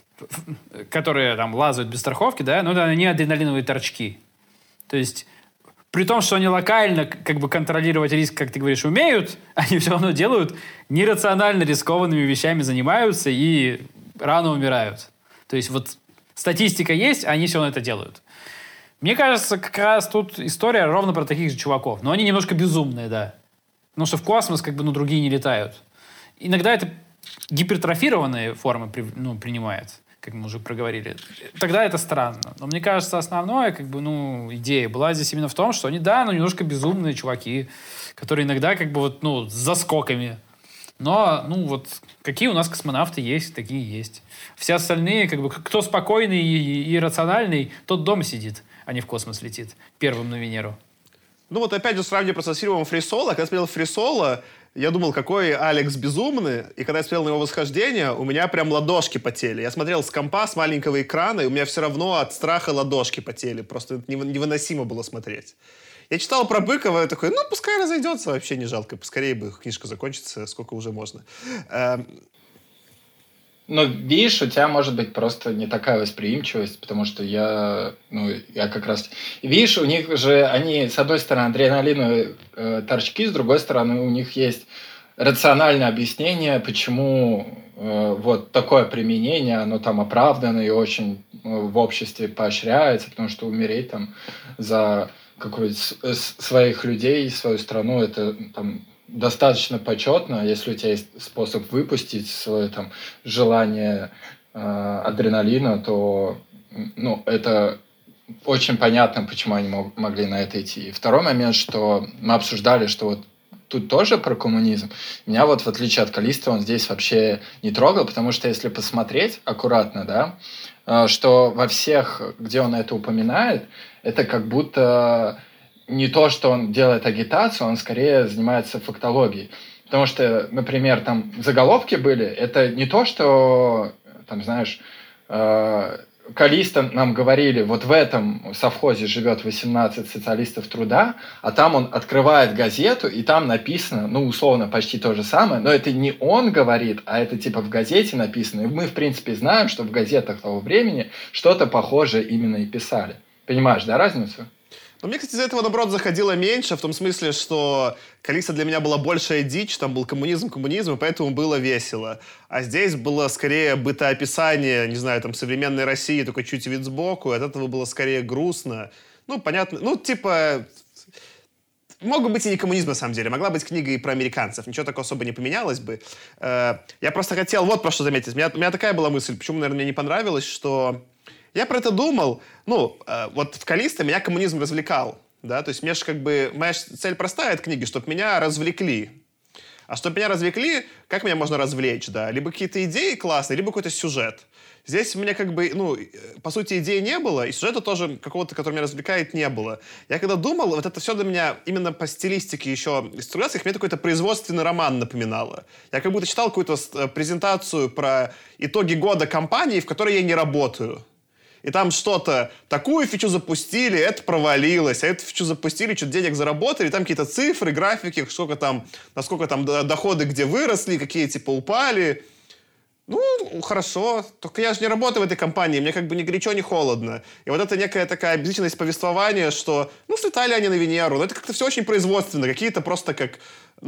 которые там лазают без страховки, да, ну, да, они адреналиновые торчки. То есть... При том, что они локально как бы контролировать риск, как ты говоришь, умеют, они все равно делают нерационально рискованными вещами, занимаются и рано умирают. То есть вот статистика есть, а они все равно это делают. Мне кажется, как раз тут история ровно про таких же чуваков. Но они немножко безумные, да. Потому что в космос как бы, ну, другие не летают. Иногда это гипертрофированные формы ну, принимает, как мы уже проговорили. Тогда это странно. Но мне кажется, основная как бы, ну, идея была здесь именно в том, что они, да, ну, немножко безумные чуваки, которые иногда как бы вот, ну, с заскоками. Но, ну, вот какие у нас космонавты есть, такие есть. Все остальные, как бы, кто спокойный и, и рациональный, тот дома сидит, а не в космос летит первым на Венеру. Ну вот опять же сравниваю просто с фильмом Free Solo. Когда я смотрел Free Solo, я думал, какой Алекс безумный. И когда я смотрел на его восхождение, у меня прям ладошки потели. Я смотрел с компа, с маленького экрана, и у меня все равно от страха ладошки потели. Просто это невыносимо было смотреть. Я читал про Быкова и такой, ну, пускай разойдется, вообще не жалко. Поскорее бы книжка закончится, сколько уже можно. Ну, видишь, у тебя может быть просто не такая восприимчивость, потому что я, ну, я как раз... Видишь, у них же, они, с одной стороны, адреналиновые э, торчки, с другой стороны, у них есть рациональное объяснение, почему э, вот такое применение, оно там оправдано и очень э, в обществе поощряется, потому что умереть там за какой-то своих людей, свою страну, это там... достаточно почетно, если у тебя есть способ выпустить свое там желание э, адреналина, то ну, это очень понятно, почему они мог, могли на это идти. И второй момент, что мы обсуждали, что вот тут тоже про коммунизм. Меня вот в отличие от Каллисто он здесь вообще не трогал, потому что если посмотреть аккуратно, да, э, что во всех, где он это упоминает, это как будто не то, что он делает агитацию, он скорее занимается фактологией. Потому что, например, там заголовки были, это не то, что, там, знаешь, э, Каллисто нам говорили, вот в этом совхозе живет восемнадцать социалистов труда, а там он открывает газету, и там написано, ну, условно, почти то же самое, но это не он говорит, а это типа в газете написано. И мы, в принципе, знаем, что в газетах того времени что-то похожее именно и писали. Понимаешь, да, разницу? Но мне, кстати, из-за этого, наоборот, заходило меньше, в том смысле, что Каллисто для меня была большая дичь, там был коммунизм, коммунизм, и поэтому было весело. А здесь было скорее бытоописание, не знаю, там, современной России, только чуть вид сбоку, и от этого было скорее грустно. Ну, понятно, ну, типа... Мог бы быть и не коммунизм, на самом деле. Могла быть книга и про американцев. Ничего такого особо не поменялось бы. Я просто хотел вот про что заметить. У меня, у меня такая была мысль, почему, наверное, мне не понравилось, что... Я про это думал. Ну, э, вот в Каллисто меня коммунизм развлекал. Да? То есть мне же как бы... Моя цель простая от книги, чтобы меня развлекли. А чтобы меня развлекли, как меня можно развлечь? Да? Либо какие-то идеи классные, либо какой-то сюжет. Здесь у меня как бы, ну, по сути, идеи не было, и сюжета тоже какого-то, который меня развлекает, не было. Я когда думал, вот это все для меня именно по стилистике еще из Стругацких, мне какой-то производственный роман напоминало. Я как будто читал какую-то презентацию про итоги года компании, в которой я не работаю. И там что-то, такую фичу запустили, это провалилось, а эту фичу запустили, что-то денег заработали, там какие-то цифры, графики, сколько там, насколько там доходы где выросли, какие типа упали. Ну, хорошо, только я же не работаю в этой компании, мне как бы ни горячо, ни холодно. И вот это некая такая обязательность повествования, что, ну, слетали они на Венеру, но это как-то все очень производственно, какие-то просто как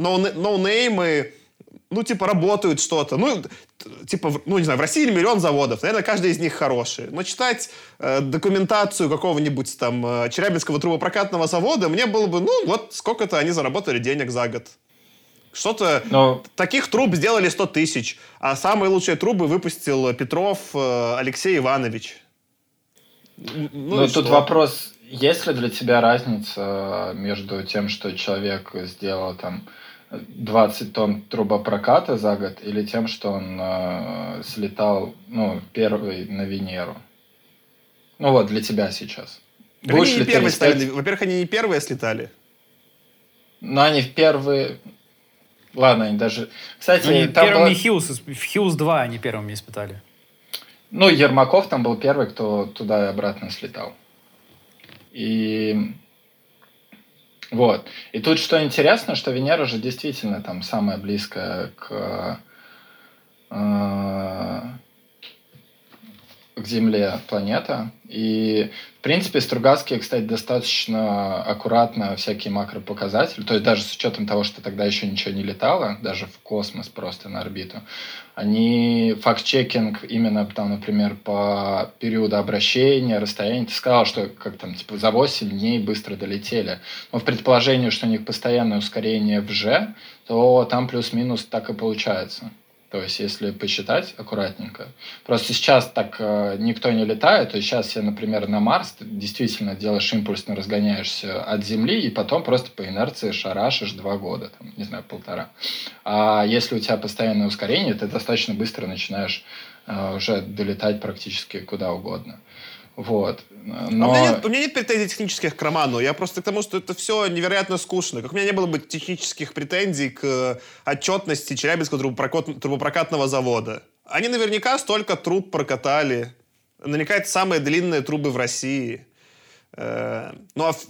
ноунеймы, ну, типа, работают что-то. Ну, типа, ну, не знаю, в России миллион заводов. Наверное, каждый из них хороший. Но читать э, документацию какого-нибудь там э, Челябинского трубопрокатного завода, мне было бы, ну, вот сколько-то они заработали денег за год. Что-то... Но... Таких труб сделали сто тысяч. А самые лучшие трубы выпустил Петров э, Алексей Иванович. Ну, ну тут что? Вопрос, есть ли для тебя разница между тем, что человек сделал там двадцать тонн трубопроката за год, или тем, что он э, слетал, ну, первый на Венеру? Ну вот, для тебя сейчас. Будешь они не первые искать... слетали. Во-первых, они не первые слетали. Но они в первые... Ладно, они даже... Кстати, ну, там первыми было... Хьюз, в Хьюз два они первыми испытали. Ну, Ермаков там был первый, кто туда и обратно слетал. И... Вот. И тут что интересно, что Венера же действительно там самая близкая к, э, к Земле планета. И, в принципе, Стругацкие, кстати, достаточно аккуратно всякие макропоказатели, то есть даже с учетом того, что тогда еще ничего не летало, даже в космос просто на орбиту, они факт-чекинг именно, там, например, по периоду обращения, расстоянию, ты сказал, что как там, типа, за восемь дней быстро долетели. Но в предположении, что у них постоянное ускорение в G, то там плюс-минус так и получается. То есть, если посчитать аккуратненько. Просто сейчас так э, никто не летает. То есть, сейчас я, например, на Марс ты действительно делаешь импульсно, разгоняешься от Земли, и потом просто по инерции шарашишь два года, там, не знаю, полтора. А если у тебя постоянное ускорение, ты достаточно быстро начинаешь э, уже долетать практически куда угодно. Вот. Но... А у, меня нет, у меня нет претензий технических к роману. Я просто к тому, что это все невероятно скучно. Как у меня не было бы технических претензий к отчетности Челябинского трубопрокат... трубопрокатного завода. Они наверняка столько труб прокатали. Наверняка это самые длинные трубы в России. Ну, а...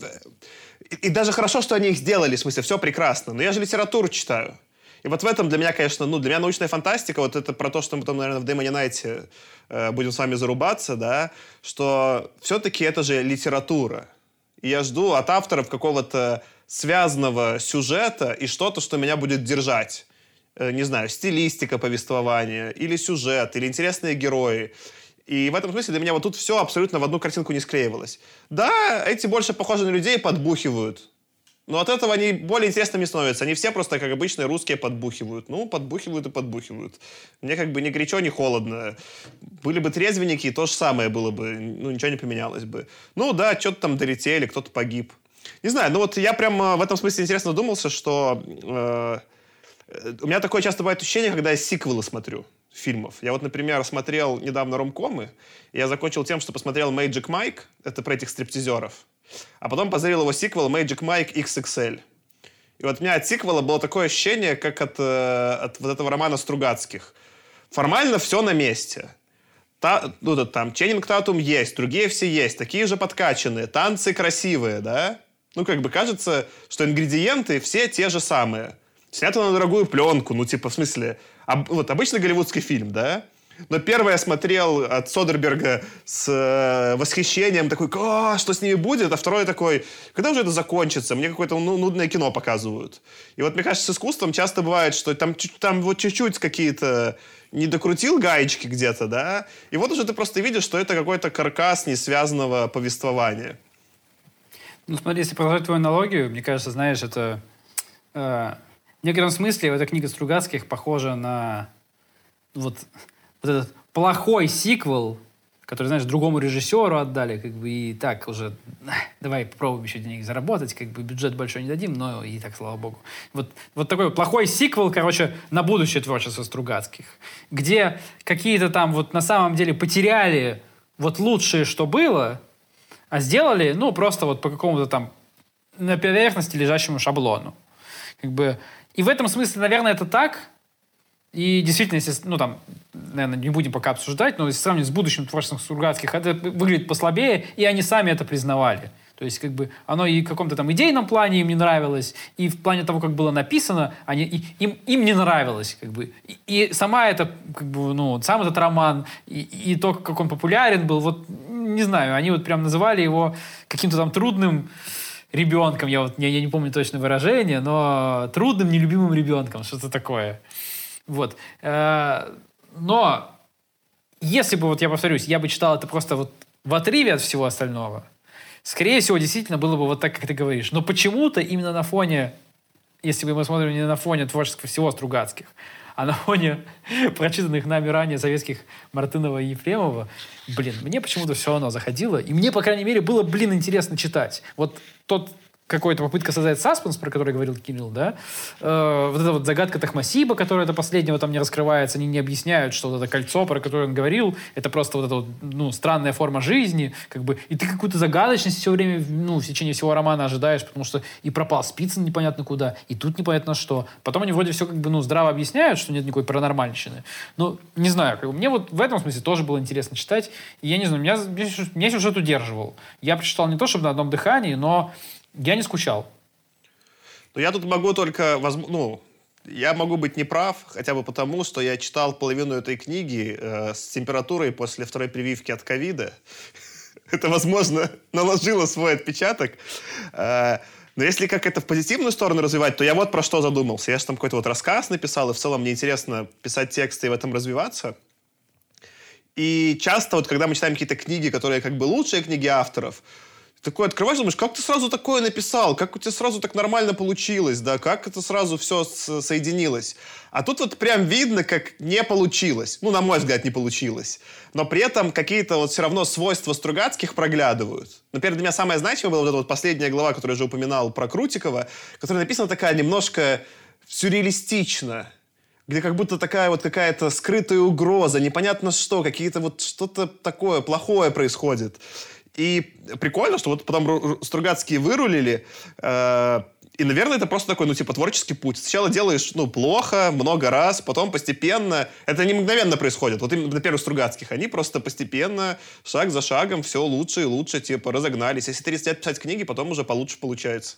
И даже хорошо, что они их сделали. В смысле, все прекрасно. Но я же литературу читаю. И вот в этом для меня, конечно, ну, для меня научная фантастика, вот это про то, что мы там, наверное, в Демоне Найте э, будем с вами зарубаться, да, что все-таки это же литература. И я жду от авторов какого-то связанного сюжета и что-то, что меня будет держать. Э, не знаю, стилистика повествования, или сюжет, или интересные герои. И в этом смысле для меня вот тут все абсолютно в одну картинку не склеивалось. Да, эти больше похожи на людей, подбухивают. Но от этого они более интересными становятся. Они все просто, как обычные русские, подбухивают. Ну, подбухивают и подбухивают. Мне как бы ни горячо, ни холодно. Были бы трезвенники, то же самое было бы. Ну, ничего не поменялось бы. Ну, да, что-то там долетели, кто-то погиб. Не знаю, ну вот я прям в этом смысле интересно задумался, что... Э, у меня такое часто бывает ощущение, когда я сиквелы смотрю фильмов. Я вот, например, смотрел недавно ромкомы, и я закончил тем, что посмотрел Magic Mike, это про этих стриптизеров. А потом позырил его сиквел Magic Mike икс икс эль. И вот у меня от сиквела было такое ощущение, как от, э, от вот этого романа Стругацких. Формально все на месте. Та, ну, там Ченнинг Татум есть, другие все есть, такие же подкачанные, танцы красивые, да? Ну, как бы кажется, что ингредиенты все те же самые. Снято на дорогую пленку, ну, типа, в смысле, об, вот обычный голливудский фильм, да? Но первый я смотрел от Содерберга с э, восхищением, такой, а, что с ними будет? А второй такой, когда уже это закончится? Мне какое-то ну, нудное кино показывают. И вот, мне кажется, с искусством часто бывает, что там, там вот чуть-чуть какие-то не докрутил гаечки где-то, да? И вот уже ты просто видишь, что это какой-то каркас несвязанного повествования. Ну, смотри, если продолжать твою аналогию, мне кажется, знаешь, это... Э, в некотором смысле эта книга Стругацких похожа на... вот... вот этот плохой сиквел, который, знаешь, другому режиссеру отдали, как бы, и так уже, давай попробуем еще денег заработать, как бы, бюджет большой не дадим, но и так, слава богу. Вот, вот такой плохой сиквел, короче, на будущее творчество Стругацких, где какие-то там вот на самом деле потеряли вот лучшее, что было, а сделали, ну, просто вот по какому-то там на поверхности лежащему шаблону. Как бы, и в этом смысле, наверное, это так. И действительно, если, ну, там, наверное, не будем пока обсуждать, но если сравнивать с будущим творчеством Стругацких, это выглядит послабее, и они сами это признавали. То есть, как бы, оно и в каком-то там идейном плане им не нравилось, и в плане того, как было написано, они, и, им, им не нравилось, как бы. И, и сама эта, как бы, ну, сам этот роман, и, и то, как он популярен был, вот, не знаю, они вот прям называли его каким-то там трудным ребенком, я вот, я, я не помню точное выражение, но трудным, нелюбимым ребенком, что-то такое. Вот. Но если бы, вот я повторюсь, я бы читал это просто вот в отрыве от всего остального, скорее всего, действительно было бы вот так, как ты говоришь. Но почему-то именно на фоне, если бы мы смотрим не на фоне творчества всего Стругацких, а на фоне прочитанных нами ранее советских Мартынова и Ефремова, блин, мне почему-то все равно заходило. И мне, по крайней мере, было, блин, интересно читать. Вот тот... какая-то попытка создать саспенс, про который говорил Кирилл, да, э, вот эта вот загадка Тахмасиба, которая до последнего там не раскрывается, они не объясняют, что вот это кольцо, про которое он говорил, это просто вот эта вот, ну, странная форма жизни, как бы, и ты какую-то загадочность все время, ну, в течение всего романа ожидаешь, потому что и пропал Спицын непонятно куда, и тут непонятно что. Потом они вроде все как бы, ну, здраво объясняют, что нет никакой паранормальщины. Ну, не знаю, как бы, мне вот в этом смысле тоже было интересно читать, и я не знаю, меня, меня сюжет удерживал. Я прочитал не то, чтобы на одном дыхании, но я не скучал. Ну, я тут могу только, ну, я могу быть неправ, хотя бы потому, что я читал половину этой книги э, с температурой после второй прививки от ковида. Это, возможно, наложило свой отпечаток. Э, но если как это в позитивную сторону развивать, то я вот про что задумался. Я же там какой-то вот рассказ написал, и в целом мне интересно писать тексты и в этом развиваться. И часто вот, когда мы читаем какие-то книги, которые как бы лучшие книги авторов, такой открываешь, думаешь, как ты сразу такое написал? Как у тебя сразу так нормально получилось? Да? Как это сразу все соединилось? А тут вот прям видно, как не получилось. Ну, на мой взгляд, не получилось. Но при этом какие-то вот все равно свойства Стругацких проглядывают. Например, для меня самое значимое была вот эта вот последняя глава, которую я уже упоминал, про Крутикова, которая написана такая немножко сюрреалистично, где как будто такая вот какая-то скрытая угроза, непонятно что, какие-то вот что-то такое плохое происходит. И прикольно, что вот потом Стругацкие вырулили, э, и, наверное, это просто такой, ну, типа, творческий путь. Сначала делаешь, ну, плохо, много раз, потом постепенно, это не мгновенно происходит. Вот именно на первых Стругацких, они просто постепенно, шаг за шагом, все лучше и лучше, типа, разогнались. Если тридцать лет писать книги, потом уже получше получается.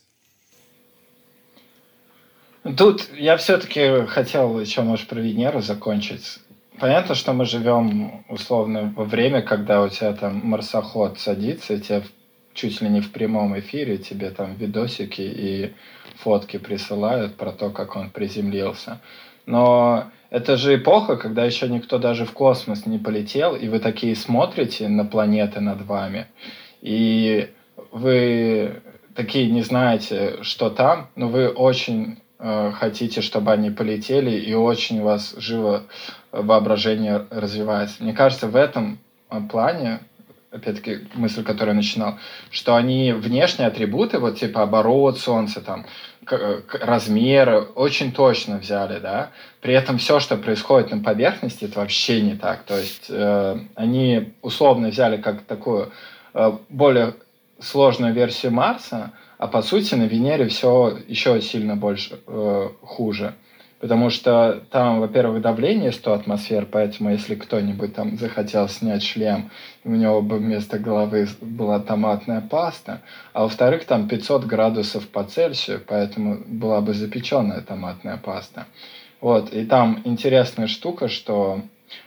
Тут я все-таки хотел еще, может, про Венеру закончить. Понятно, что мы живем условно во время, когда у тебя там марсоход садится, и тебе чуть ли не в прямом эфире тебе там видосики и фотки присылают про то, как он приземлился. Но это же эпоха, когда еще никто даже в космос не полетел, и вы такие смотрите на планеты над вами, и вы такие не знаете, что там, но вы очень э, хотите, чтобы они полетели, и очень у вас живо воображение развивается. Мне кажется, в этом плане, опять-таки, мысль, которую я начинал, что они внешние атрибуты, вот типа оборот Солнца, там, к- к- размеры, очень точно взяли, да. При этом все, что происходит на поверхности, это вообще не так. То есть э, они условно взяли как такую э, более сложную версию Марса, а по сути на Венере все еще сильно больше э, хуже. Потому что там, во-первых, давление сто атмосфер, поэтому если кто-нибудь там захотел снять шлем, у него бы вместо головы была томатная паста, а во-вторых, там пятьсот градусов по Цельсию, поэтому была бы запеченная томатная паста. Вот, и там интересная штука, что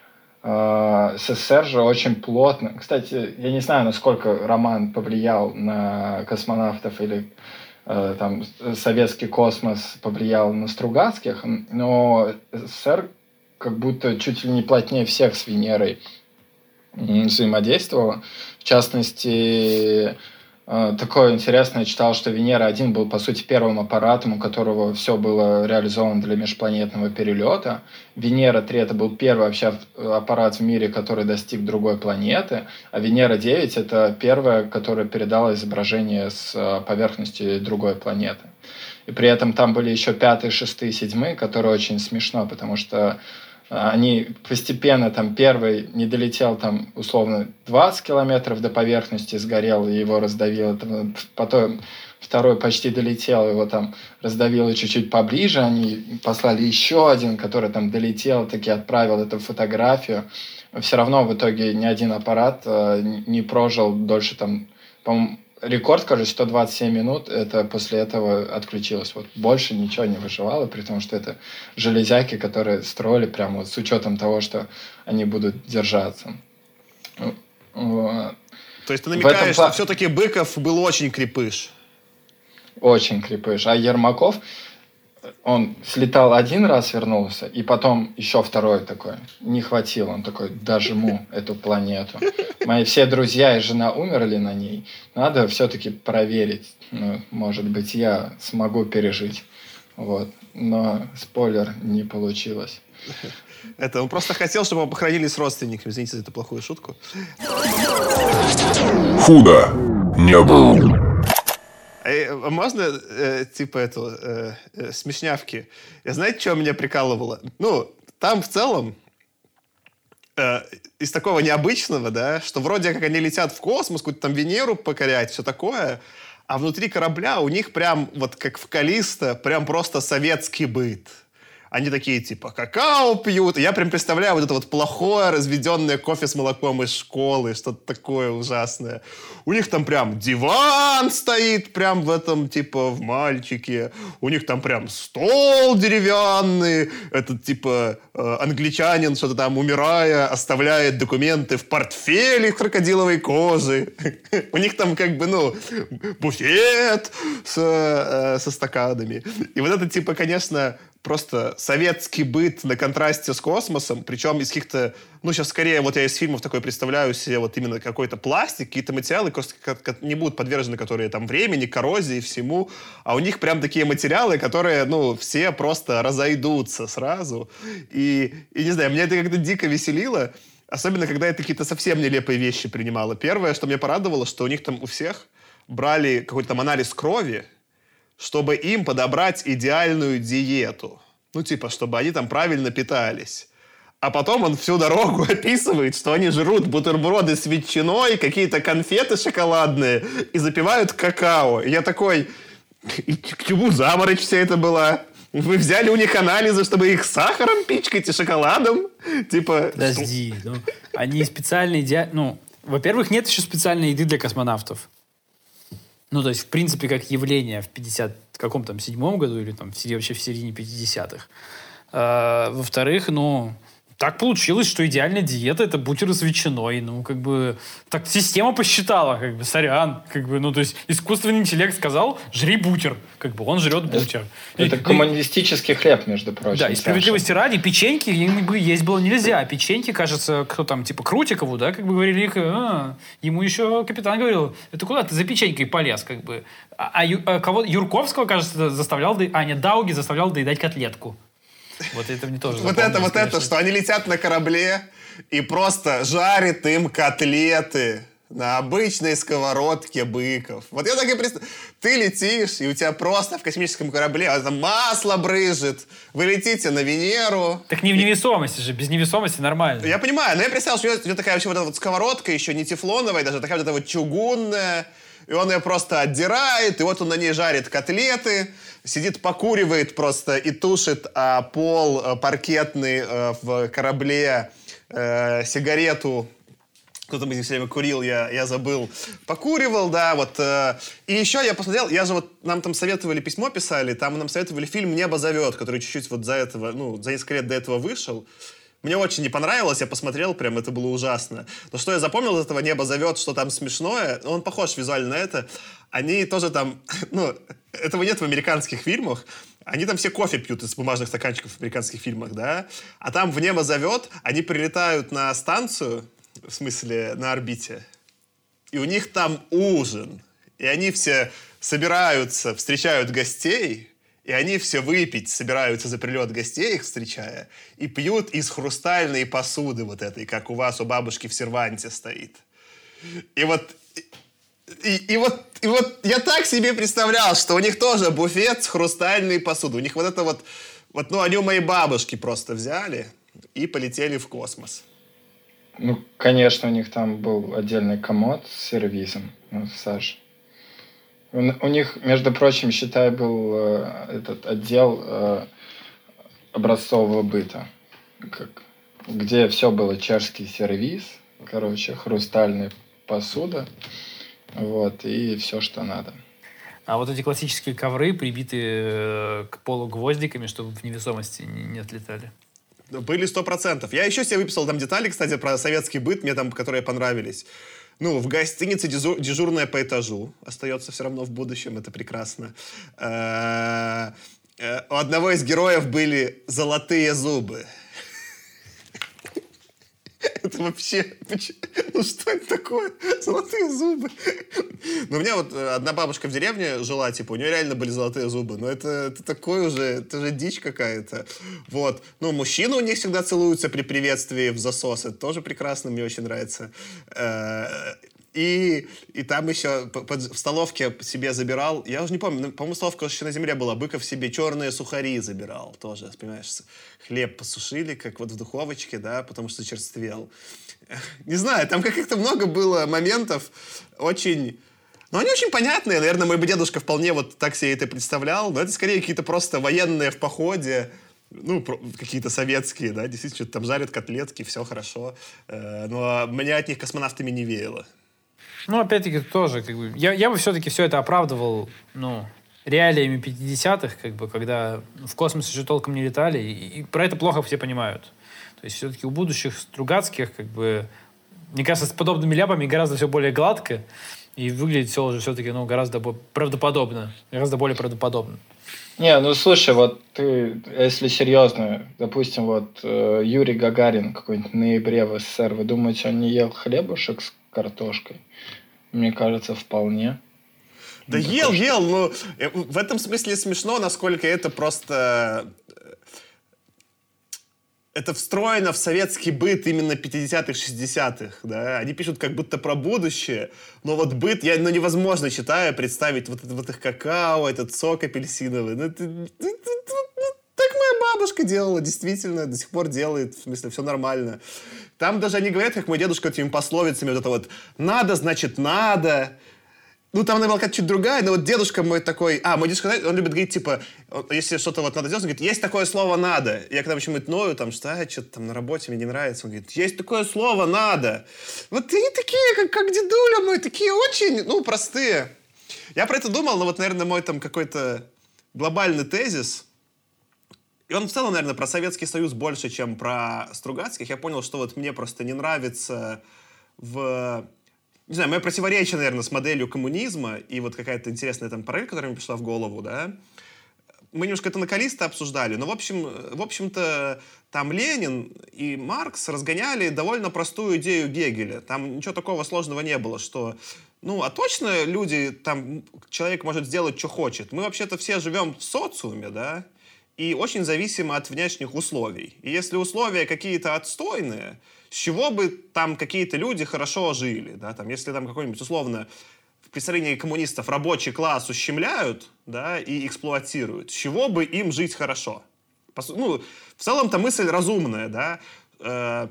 э, СССР же очень плотно... Кстати, я не знаю, насколько роман повлиял на космонавтов или... там советский космос повлиял на Стругацких, но СССР как будто чуть ли не плотнее всех с Венерой взаимодействовал. В частности, такое интересное, я читал, что Венера-один был, по сути, первым аппаратом, у которого все было реализовано для межпланетного перелета. Венера-три это был первый вообще аппарат в мире, который достиг другой планеты. А Венера-девять это первая, которая передала изображение с поверхности другой планеты. И при этом там были еще пятый, шестый, седьмой, которые очень смешно, потому что они постепенно, там, первый не долетел, там, условно, двадцать километров до поверхности, сгорел, и его раздавило. Потом второй почти долетел, его там раздавило чуть-чуть поближе. Они послали еще один, который там долетел, таки отправил эту фотографию. Все равно в итоге ни один аппарат не прожил дольше, там, по-моему, рекорд, кажется, сто двадцать семь минут, это после этого отключилось. Вот больше ничего не выживало, при том, что это железяки, которые строили прямо вот с учетом того, что они будут держаться. Вот. То есть ты намекаешь, этом... что все-таки Быков был очень крепыш? Очень крепыш. А Ермаков, он слетал один раз, вернулся, и потом еще второй такой. Не хватило. Он такой, дожму эту планету. Мои все друзья и жена умерли на ней. Надо все-таки проверить. Ну, может быть, я смогу пережить. Вот. Но, спойлер, не получилось. Это он просто хотел, чтобы его похоронили с родственниками. Извините за эту плохую шутку. Худо не было. А можно, э, типа, эту, э, э, смешнявки? Я знаете, что меня прикалывало? Ну, там в целом э, из такого необычного, да, что вроде как они летят в космос, какую-то там Венеру покорять, все такое, а внутри корабля у них прям, вот как в Каллисто, прям просто советский быт. они такие, типа, какао пьют. И я прям представляю вот это вот плохое разведенное кофе с молоком из школы, что-то такое ужасное. У них там прям диван стоит прям в этом, типа, в мальчике. У них там прям стол деревянный. Этот, типа, англичанин что-то там, умирая, оставляет документы в портфеле в крокодиловой кожи. У них там как бы, ну, буфет с, со стаканами. И вот это, типа, конечно, просто советский быт на контрасте с космосом, причем из каких-то, ну, сейчас скорее, вот я из фильмов такой представляю себе вот именно какой-то пластик, какие-то материалы, которые не будут подвержены, которые там времени, коррозии, всему, а у них прям такие материалы, которые, ну, все просто разойдутся сразу. И, и не знаю, меня это как-то дико веселило, особенно когда я какие-то совсем нелепые вещи принимала. Первое, что меня порадовало, что у них там у всех брали какой-то там анализ крови, чтобы им подобрать идеальную диету. Ну, типа, чтобы они там правильно питались. А потом он всю дорогу описывает, что они жрут бутерброды с ветчиной, какие-то конфеты шоколадные и запивают какао. И я такой, и к чему заморочь вся это была? Вы взяли у них анализы, чтобы их сахаром пичкать и шоколадом? Типа... Подожди, ну, они специально едят... Ну, во-первых, нет еще специальной еды для космонавтов. Ну, то есть, в принципе, как явление в пятьдесят каком там седьмом году или там в, вообще в середине пятидесятых. А, во-вторых, ну, так получилось, что идеальная диета — это бутеры с ветчиной. Ну, как бы, так система посчитала, как бы, сорян. Как бы, ну, то есть, искусственный интеллект сказал, жри бутер. Как бы, он жрет бутер. Это, и, это коммунистический и, хлеб, между прочим. Да, и справедливости ради, печеньки есть было нельзя. Печеньки, кажется, кто там, типа, Крутикову, да, как бы говорили, а, ему еще капитан говорил, это куда ты за печенькой полез, как бы. А, а, а кого Юрковского, кажется, заставлял, до... а, нет, Дауги заставлял доедать котлетку. Вот это мне тоже Вот это, вот это, что они летят на корабле и просто жарят им котлеты на обычной сковородке быков. Вот я так и представляю. Ты летишь, и у тебя просто в космическом корабле а там масло брызжет. Вы летите на Венеру. Так не в невесомости же, без невесомости нормально. Я понимаю, но я представил, что у него такая вообще вот эта вот сковородка, еще не тефлоновая, даже такая вот эта вот чугунная. И он ее просто отдирает, и вот он на ней жарит котлеты, сидит, покуривает просто и тушит а, пол паркетный а, в корабле а, сигарету. Кто-то из них все время курил, я, я забыл. Покуривал, да, вот. А, и еще я посмотрел, я же вот, нам там советовали, письмо писали, там нам советовали фильм «Небо зовет», который чуть-чуть вот за этого, ну, за несколько лет до этого вышел. Мне очень не понравилось, я посмотрел, прям это было ужасно. Но что я запомнил из этого «Небо зовет», что там смешное, он похож визуально на это. Они тоже там, ну, этого нет в американских фильмах. Они там все кофе пьют из бумажных стаканчиков в американских фильмах, да. А там в «Небо зовет» они прилетают на станцию, в смысле на орбите, и у них там ужин. И они все собираются, встречают гостей, и они все выпить собираются за прилет гостей, их встречая, и пьют из хрустальной посуды вот этой, как у вас у бабушки в серванте стоит. И вот, и, и вот, и вот я так себе представлял, что у них тоже буфет с хрустальной посудой. У них вот это вот, вот, ну, они у моей бабушки просто взяли и полетели в космос. Ну, конечно, у них там был отдельный комод с сервизом, ну, Саш. У, у них, между прочим, считай, был э, этот отдел э, образцового быта, как, где все было чешский сервиз, короче, хрустальная посуда, вот, и все, что надо. А вот эти классические ковры, прибитые к полу гвоздиками, чтобы в невесомости не, не отлетали. Были сто процентов. Я еще себе выписал там детали, кстати, про советский быт, мне там, которые понравились. Ну, в гостинице дежур, дежурная по этажу остается все равно в будущем, это прекрасно. У одного из героев были золотые зубы. Это вообще... Ну, что это такое? Золотые зубы. Ну, у меня вот одна бабушка в деревне жила, типа, у нее реально были золотые зубы. Но это, это такое уже... Это же дичь какая-то. Вот. Ну, мужчины у них всегда целуются при приветствии в засос. Это тоже прекрасно, мне очень нравится. И, и там еще под, в столовке себе забирал, я уже не помню, по-моему, столовка еще на земле была, Быков себе черные сухари забирал тоже, понимаешь, хлеб посушили, как вот в духовочке, да, потому что черствел. Не знаю, там как-то много было моментов очень... Ну, они очень понятные, наверное, мой бы дедушка вполне вот так себе это представлял, но это скорее какие-то просто военные в походе, ну, про, какие-то советские, да, действительно, что-то там жарят котлетки, все хорошо. Э, но меня от них космонавтами не веяло. Ну, опять-таки, тоже, как бы, я, я бы все-таки все это оправдывал, ну, реалиями пятидесятых, как бы, когда в космос еще толком не летали, и, и про это плохо все понимают. То есть все-таки у будущих Стругацких, как бы, мне кажется, с подобными ляпами гораздо все более гладко, и выглядит все уже все-таки, ну, гораздо правдоподобно, гораздо более правдоподобно. Не, ну слушай, вот ты, если серьезно, допустим, вот э, Юрий Гагарин какой-нибудь в ноябре в СССР, вы думаете, он не ел хлебушек с картошкой? Мне кажется, вполне. Да ну, ел, ел, но в этом смысле смешно, насколько это просто... Это встроено в советский быт именно пятидесятых, шестидесятых, да. Они пишут как будто про будущее, но вот быт, я, ну, невозможно, читая, представить вот, это, вот их какао, этот сок апельсиновый. Ну, это, это, это, так моя бабушка делала, действительно, до сих пор делает, в смысле, все нормально. Там даже они говорят, как мой дедушка, этими пословицами, вот это вот «надо, значит, надо». Ну, там, наверное, какая-то чуть другая, но вот дедушка мой такой... А, мой дедушка, он любит говорить, типа, если что-то вот надо сделать, он говорит, есть такое слово «надо». Я когда почему-то ною, там, что, а, что-то там на работе мне не нравится, он говорит, есть такое слово «надо». Вот они такие, как, как дедуля мой, такие очень, ну, простые. Я про это думал, но вот, наверное, мой там какой-то глобальный тезис, и он в целом, наверное, про Советский Союз больше, чем про Стругацких. Я понял, что вот мне просто не нравится в... Не знаю, мое противоречие, наверное, с моделью коммунизма и вот какая-то интересная там параллель, которая мне пришла в голову, да. Мы немножко это на Каллисто обсуждали, но, в общем, в общем-то, там Ленин и Маркс разгоняли довольно простую идею Гегеля. Там ничего такого сложного не было, что, ну, а точно люди, там, человек может сделать, что хочет. Мы вообще-то все живем в социуме, да, и очень зависимы от внешних условий. И если условия какие-то отстойные, с чего бы там какие-то люди хорошо жили, да, там, если там какой-нибудь, условно, в представлении коммунистов рабочий класс ущемляют, да, и эксплуатируют, с чего бы им жить хорошо? Ну, в целом-то мысль разумная, да, э,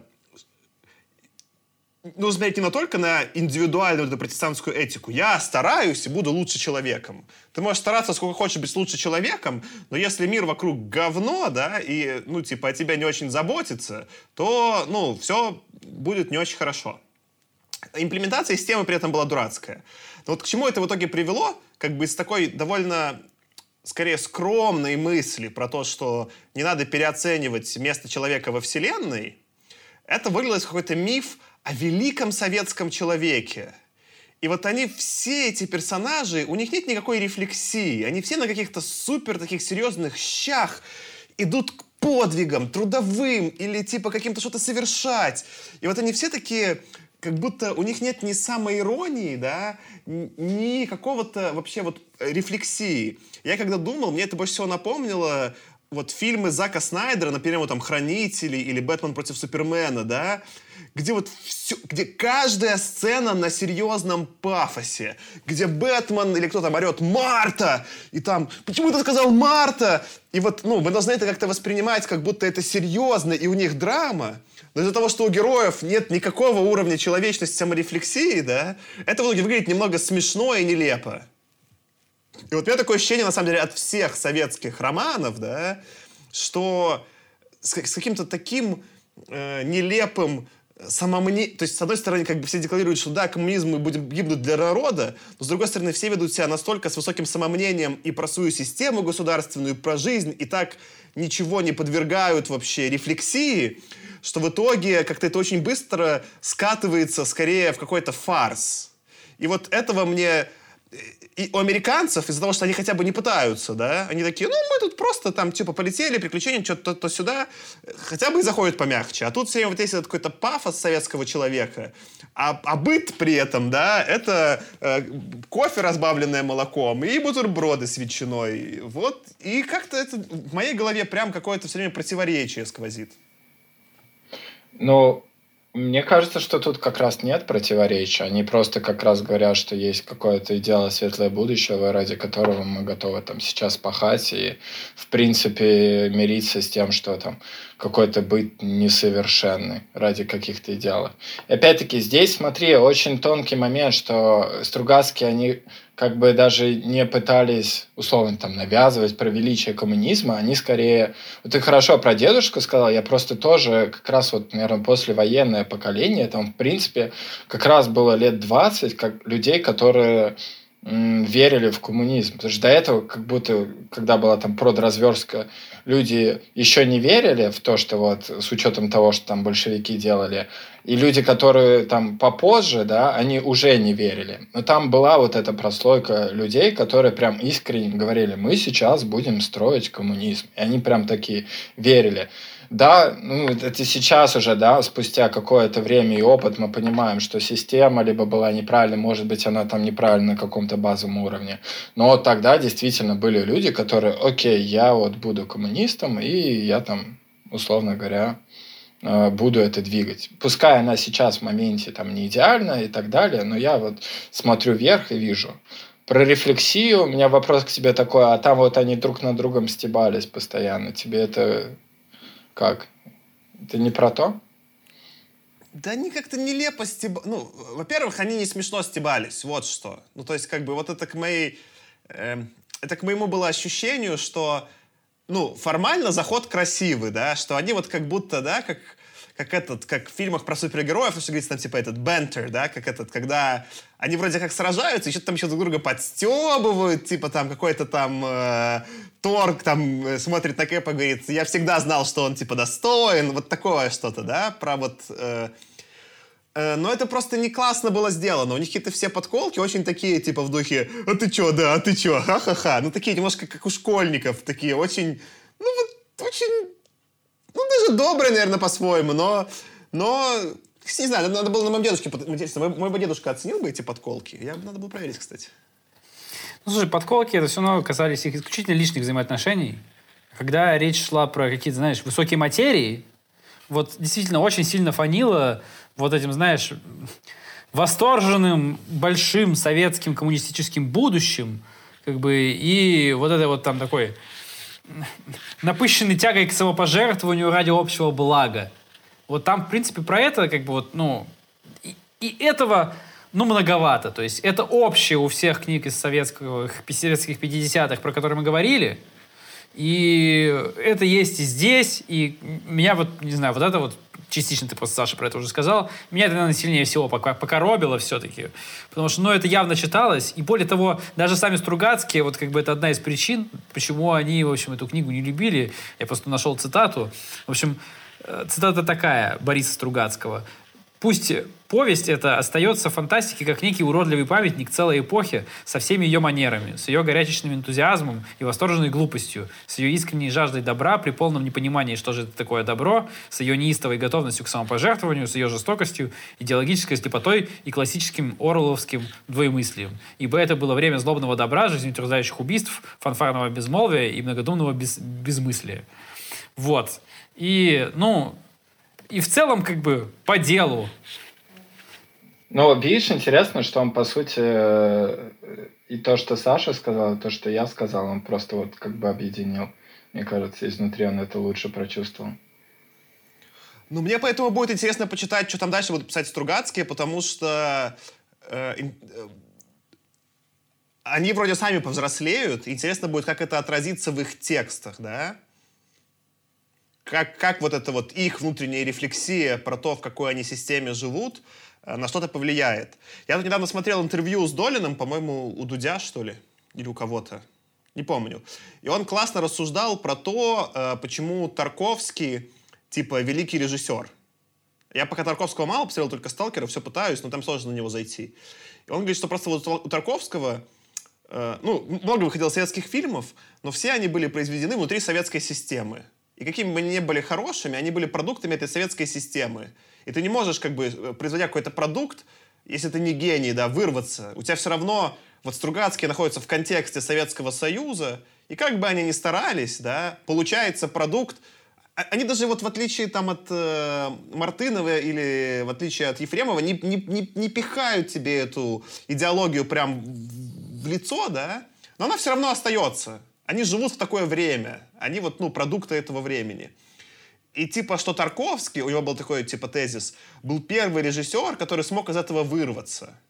нужно смотреть не только на индивидуальную вот, протестантскую этику. Я стараюсь и буду лучше человеком. Ты можешь стараться сколько хочешь быть лучше человеком, но если мир вокруг говно, да, и, ну, типа, о тебе не очень заботится, то, ну, все будет не очень хорошо. Имплементация системы при этом была дурацкая. Но вот к чему это в итоге привело? Как бы из такой довольно, скорее, скромной мысли про то, что не надо переоценивать место человека во Вселенной, это вылилось в какой-то миф о великом советском человеке. И вот они, все эти персонажи, у них нет никакой рефлексии. Они все на каких-то супер таких серьезных щах идут к подвигам, трудовым или типа каким-то что-то совершать. И вот они все такие, как будто у них нет ни самоиронии, да, ни какого-то вообще вот рефлексии. Я когда думал, мне это больше всего напомнило вот фильмы Зака Снайдера, например, вот там «Хранители» или «Бэтмен против Супермена», да, где вот все, где каждая сцена на серьезном пафосе, где Бэтмен или кто там орет «Марта!» и там «Почему ты сказал Марта?» И вот, ну, вы должны это как-то воспринимать, как будто это серьезно, и у них драма, но из-за того, что у героев нет никакого уровня человечности, саморефлексии, да, это в итоге выглядит немного смешно и нелепо. И вот у меня такое ощущение, на самом деле, от всех советских романов, да, что с, с каким-то таким э, нелепым самомнением... То есть, с одной стороны, как бы все декларируют, что да, коммунизм мы будем гибнуть для народа, но с другой стороны, все ведут себя настолько с высоким самомнением и про свою систему государственную, и про жизнь, и так ничего не подвергают вообще рефлексии, что в итоге как-то это очень быстро скатывается скорее в какой-то фарс. И вот этого мне... И у американцев, из-за того, что они хотя бы не пытаются, да, они такие, ну, мы тут просто там, типа, полетели, приключения, что-то то сюда, хотя бы и заходят помягче. А тут все время вот есть этот какой-то пафос советского человека, а, а быт при этом, да, это э, кофе, разбавленное молоком, и бутерброды с ветчиной. Вот, и как-то это в моей голове прям какое-то все время противоречие сквозит. Ну... Мне кажется, что тут как раз нет противоречия. Они просто как раз говорят, что есть какое-то идеал светлое будущее, ради которого мы готовы там сейчас пахать и, в принципе, мириться с тем, что там какой-то быт несовершенный ради каких-то идеалов. И опять-таки здесь, смотри, очень тонкий момент, что Стругацкие, они как бы даже не пытались, условно, там, навязывать про величие коммунизма, они скорее... Вот ты хорошо про дедушку сказал, я просто тоже как раз вот, наверное, послевоенное поколение, там, в принципе, как раз было лет двадцать как людей, которые м, верили в коммунизм. Потому что до этого, как будто, когда была там продразверстка, люди еще не верили в то, что вот с учетом того, что там большевики делали, и люди, которые там попозже, да, они уже не верили. Но там была вот эта прослойка людей, которые прям искренне говорили, мы сейчас будем строить коммунизм. И они прям такие верили. Да, ну, это сейчас уже, да, спустя какое-то время и опыт мы понимаем, что система либо была неправильной, может быть, она там неправильна на каком-то базовом уровне. Но вот тогда действительно были люди, которые, окей, я вот буду коммунистом, и я там, условно говоря, буду это двигать. Пускай она сейчас в моменте там не идеальна и так далее, но я вот смотрю вверх и вижу. Про рефлексию у меня вопрос к тебе такой, а там вот они друг над другом стебались постоянно. Тебе это... Как? Это не про то? Да они как-то нелепо стебались. Ну, во-первых, они не смешно стебались. Вот что. Ну, то есть, как бы, вот это к моей... Э, это к моему было ощущению, что, ну, формально заход красивый, да, что они вот как будто, да, как... как этот, как в фильмах про супергероев, что говорится, там, типа, этот бентер, да, как этот, когда они вроде как сражаются, и что-то там еще друг друга подстебывают, типа, там, какой-то там э, Торг, там, э, смотрит на Кэпа, говорит, я всегда знал, что он, типа, достоин, вот такое что-то, да, про вот... Э, э, но это просто не классно было сделано, у них какие-то все подколки очень такие, типа, в духе, а ты чё, да, а ты чё, ха-ха-ха, ну, такие немножко как у школьников, такие очень, ну, вот, очень... Ну, даже добрый, наверное, по-своему, но... Но... Не знаю, надо было на моем дедушке... Интересно, мой, мой бы дедушка оценил бы эти подколки? Я бы надо было проверить, кстати. Ну, слушай, подколки, это все равно касались их исключительно личных взаимоотношений. Когда речь шла про какие-то, знаешь, высокие материи, вот действительно очень сильно фанило вот этим, знаешь, восторженным, большим советским коммунистическим будущим, как бы, и вот это вот там такой... напыщенный тягой к самопожертвованию ради общего блага. Вот там, в принципе, про это, как бы, вот, ну, и, и этого, ну, многовато. То есть это общее у всех книг из советских, советских пятидесятых, про которые мы говорили. И это есть и здесь. И меня вот, не знаю, вот это вот, частично ты просто, Саша, про это уже сказал, меня это, наверное, сильнее всего пока покоробило все-таки. Потому что, ну, это явно читалось. И более того, даже сами Стругацкие, вот как бы это одна из причин, почему они, в общем, эту книгу не любили. Я просто нашел цитату. В общем, цитата такая Бориса Стругацкого. «Пусть повесть эта остается фантастикой, как некий уродливый памятник целой эпохи со всеми ее манерами, с ее горячечным энтузиазмом и восторженной глупостью, с ее искренней жаждой добра при полном непонимании, что же это такое добро, с ее неистовой готовностью к самопожертвованию, с ее жестокостью, идеологической слепотой и классическим оруэлловским двоемыслием. Ибо это было время злобного добра, жизнеутверждающих убийств, фанфарного безмолвия и многодумного без... безмыслия». Вот. И, ну... И в целом, как бы, по делу. Ну, видишь, интересно, что он, по сути, и то, что Саша сказал, и то, что я сказал, он просто вот как бы объединил. Мне кажется, изнутри он это лучше прочувствовал. Ну, мне поэтому будет интересно почитать, что там дальше будут писать Стругацкие, потому что э, э, они вроде сами повзрослеют. Интересно будет, как это отразится в их текстах, да? Как, как вот эта вот их внутренняя рефлексия про то, в какой они системе живут, на что-то повлияет. Я тут недавно смотрел интервью с Долиным, по-моему, у Дудя, что ли, или у кого-то, не помню. И он классно рассуждал про то, почему Тарковский, типа, великий режиссер. Я пока Тарковского мало посмотрел, только «Сталкера», все пытаюсь, но там сложно на него зайти. И он говорит, что просто вот у Тарковского, ну, много выходило советских фильмов, но все они были произведены внутри советской системы. И какими бы они ни были хорошими, они были продуктами этой советской системы. И ты не можешь, как бы, производя какой-то продукт, если ты не гений, да, вырваться. У тебя все равно, вот Стругацкие находятся в контексте Советского Союза, и как бы они ни старались, да, получается продукт. Они даже вот в отличие там от э, Мартынова или в отличие от Ефремова не, не, не, не пихают тебе эту идеологию прям в лицо, да, но она все равно остается. Они живут в такое время. Они вот, ну, продукты этого времени. И типа, что Тарковский, у него был такой, типа, тезис, был первый режиссер, который смог из этого вырваться.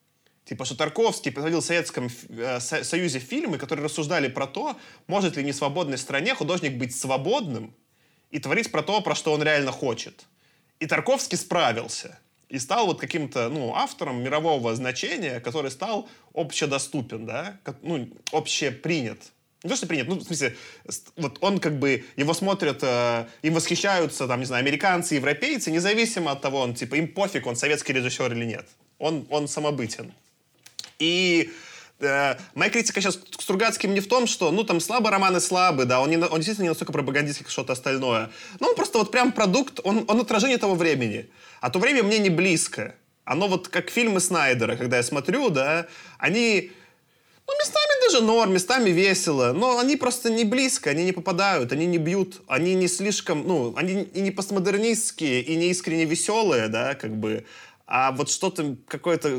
Типа, что Тарковский производил в Советском э, Союзе фильмы, которые рассуждали про то, может ли в несвободной стране художник быть свободным и творить про то, про что он реально хочет. И Тарковский справился. И стал вот каким-то, ну, автором мирового значения, который стал общедоступен, да, как, ну, общепринят. Не то, что принят, ну, в смысле, вот он как бы, его смотрят, э, им восхищаются, там, не знаю, американцы, европейцы, независимо от того, он, типа, им пофиг, он советский режиссер или нет. Он, он самобытен. И э, моя критика сейчас к Стругацким не в том, что, ну, там, слабо романы слабы, да, он, не, он действительно не настолько пропагандистский, как что-то остальное. Но он просто вот прям продукт, он, он отражение того времени. А то время мне не близко. Оно вот как фильмы Снайдера, когда я смотрю, да, они, ну, местами даже норм, местами весело, но они просто не близко, они не попадают, они не бьют, они не слишком, ну, они и не постмодернистские, и не искренне веселые, да, как бы, а вот что-то, какое-то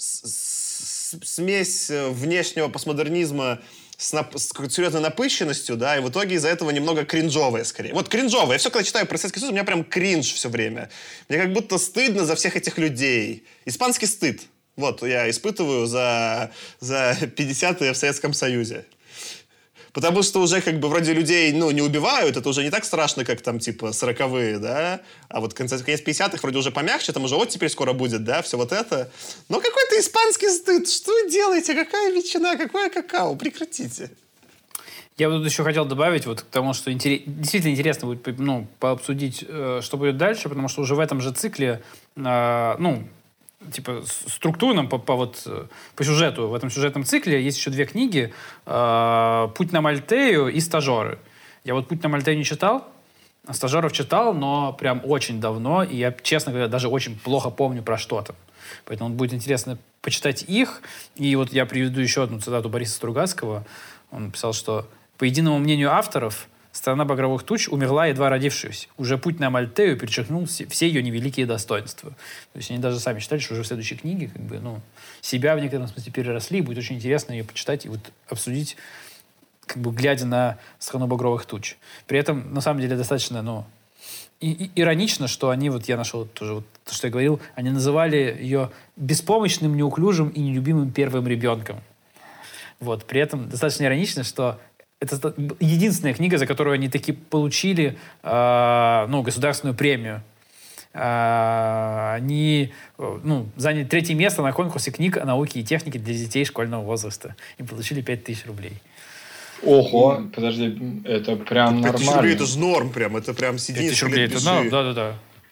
смесь внешнего постмодернизма с, нап- с какой-то серьезной напыщенностью, да, и в итоге из-за этого немного кринжовое скорее. Вот кринжовое. Я все, когда читаю про Советский Союз, у меня прям кринж все время. Мне как будто стыдно за всех этих людей. Испанский стыд. Вот, я испытываю за, за пятидесятые в Советском Союзе. Потому что уже как бы вроде людей, ну, не убивают, это уже не так страшно, как там, типа, сороковые, да? А вот конец, конец пятидесятых вроде уже помягче, там уже вот теперь скоро будет, да, все вот это. Но какой-то испанский стыд. Что вы делаете? Какая ветчина? Какое какао? Прекратите. Я вот еще хотел добавить вот к тому, что интерес, действительно интересно будет, ну, пообсудить, э, что будет дальше, потому что уже в этом же цикле, э, ну, типа структурном по, по вот по сюжету в этом сюжетном цикле есть еще две книги э, «Путь на Мальтею» и «Стажеры». Я вот «Путь на Мальтею» не читал, а «Стажеров» читал, но прям очень давно, и я, честно говоря, даже очень плохо помню про что там. Поэтому будет интересно почитать их. И вот я приведу еще одну цитату Бориса Стругацкого. Он писал, что по единому мнению авторов страна багровых туч умерла, едва родившись. Уже «Путь на Мальтею» перечеркнул все ее невеликие достоинства. То есть они даже сами считали, что уже в следующей книге как бы, ну, себя в некотором смысле переросли. Будет очень интересно ее почитать и вот обсудить, как бы глядя на «Страну багровых туч». При этом, на самом деле, достаточно, ну, и, и, иронично, что они, вот я нашел тоже вот то, что я говорил, они называли ее беспомощным, неуклюжим и нелюбимым первым ребенком. Вот. При этом достаточно иронично, что это единственная книга, за которую они таки получили э, ну, государственную премию. Э, они ну, заняли третье место на конкурсе книг о науке и технике для детей школьного возраста и получили пять тысяч рублей. Ого, и... подожди, это прям пять нормально. тысяч рублей это же норм прям, это прям сидишь. пять тысяч рублей это норм, да-да-да.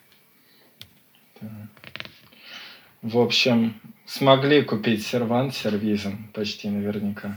В общем, смогли купить сервант сервизом почти наверняка.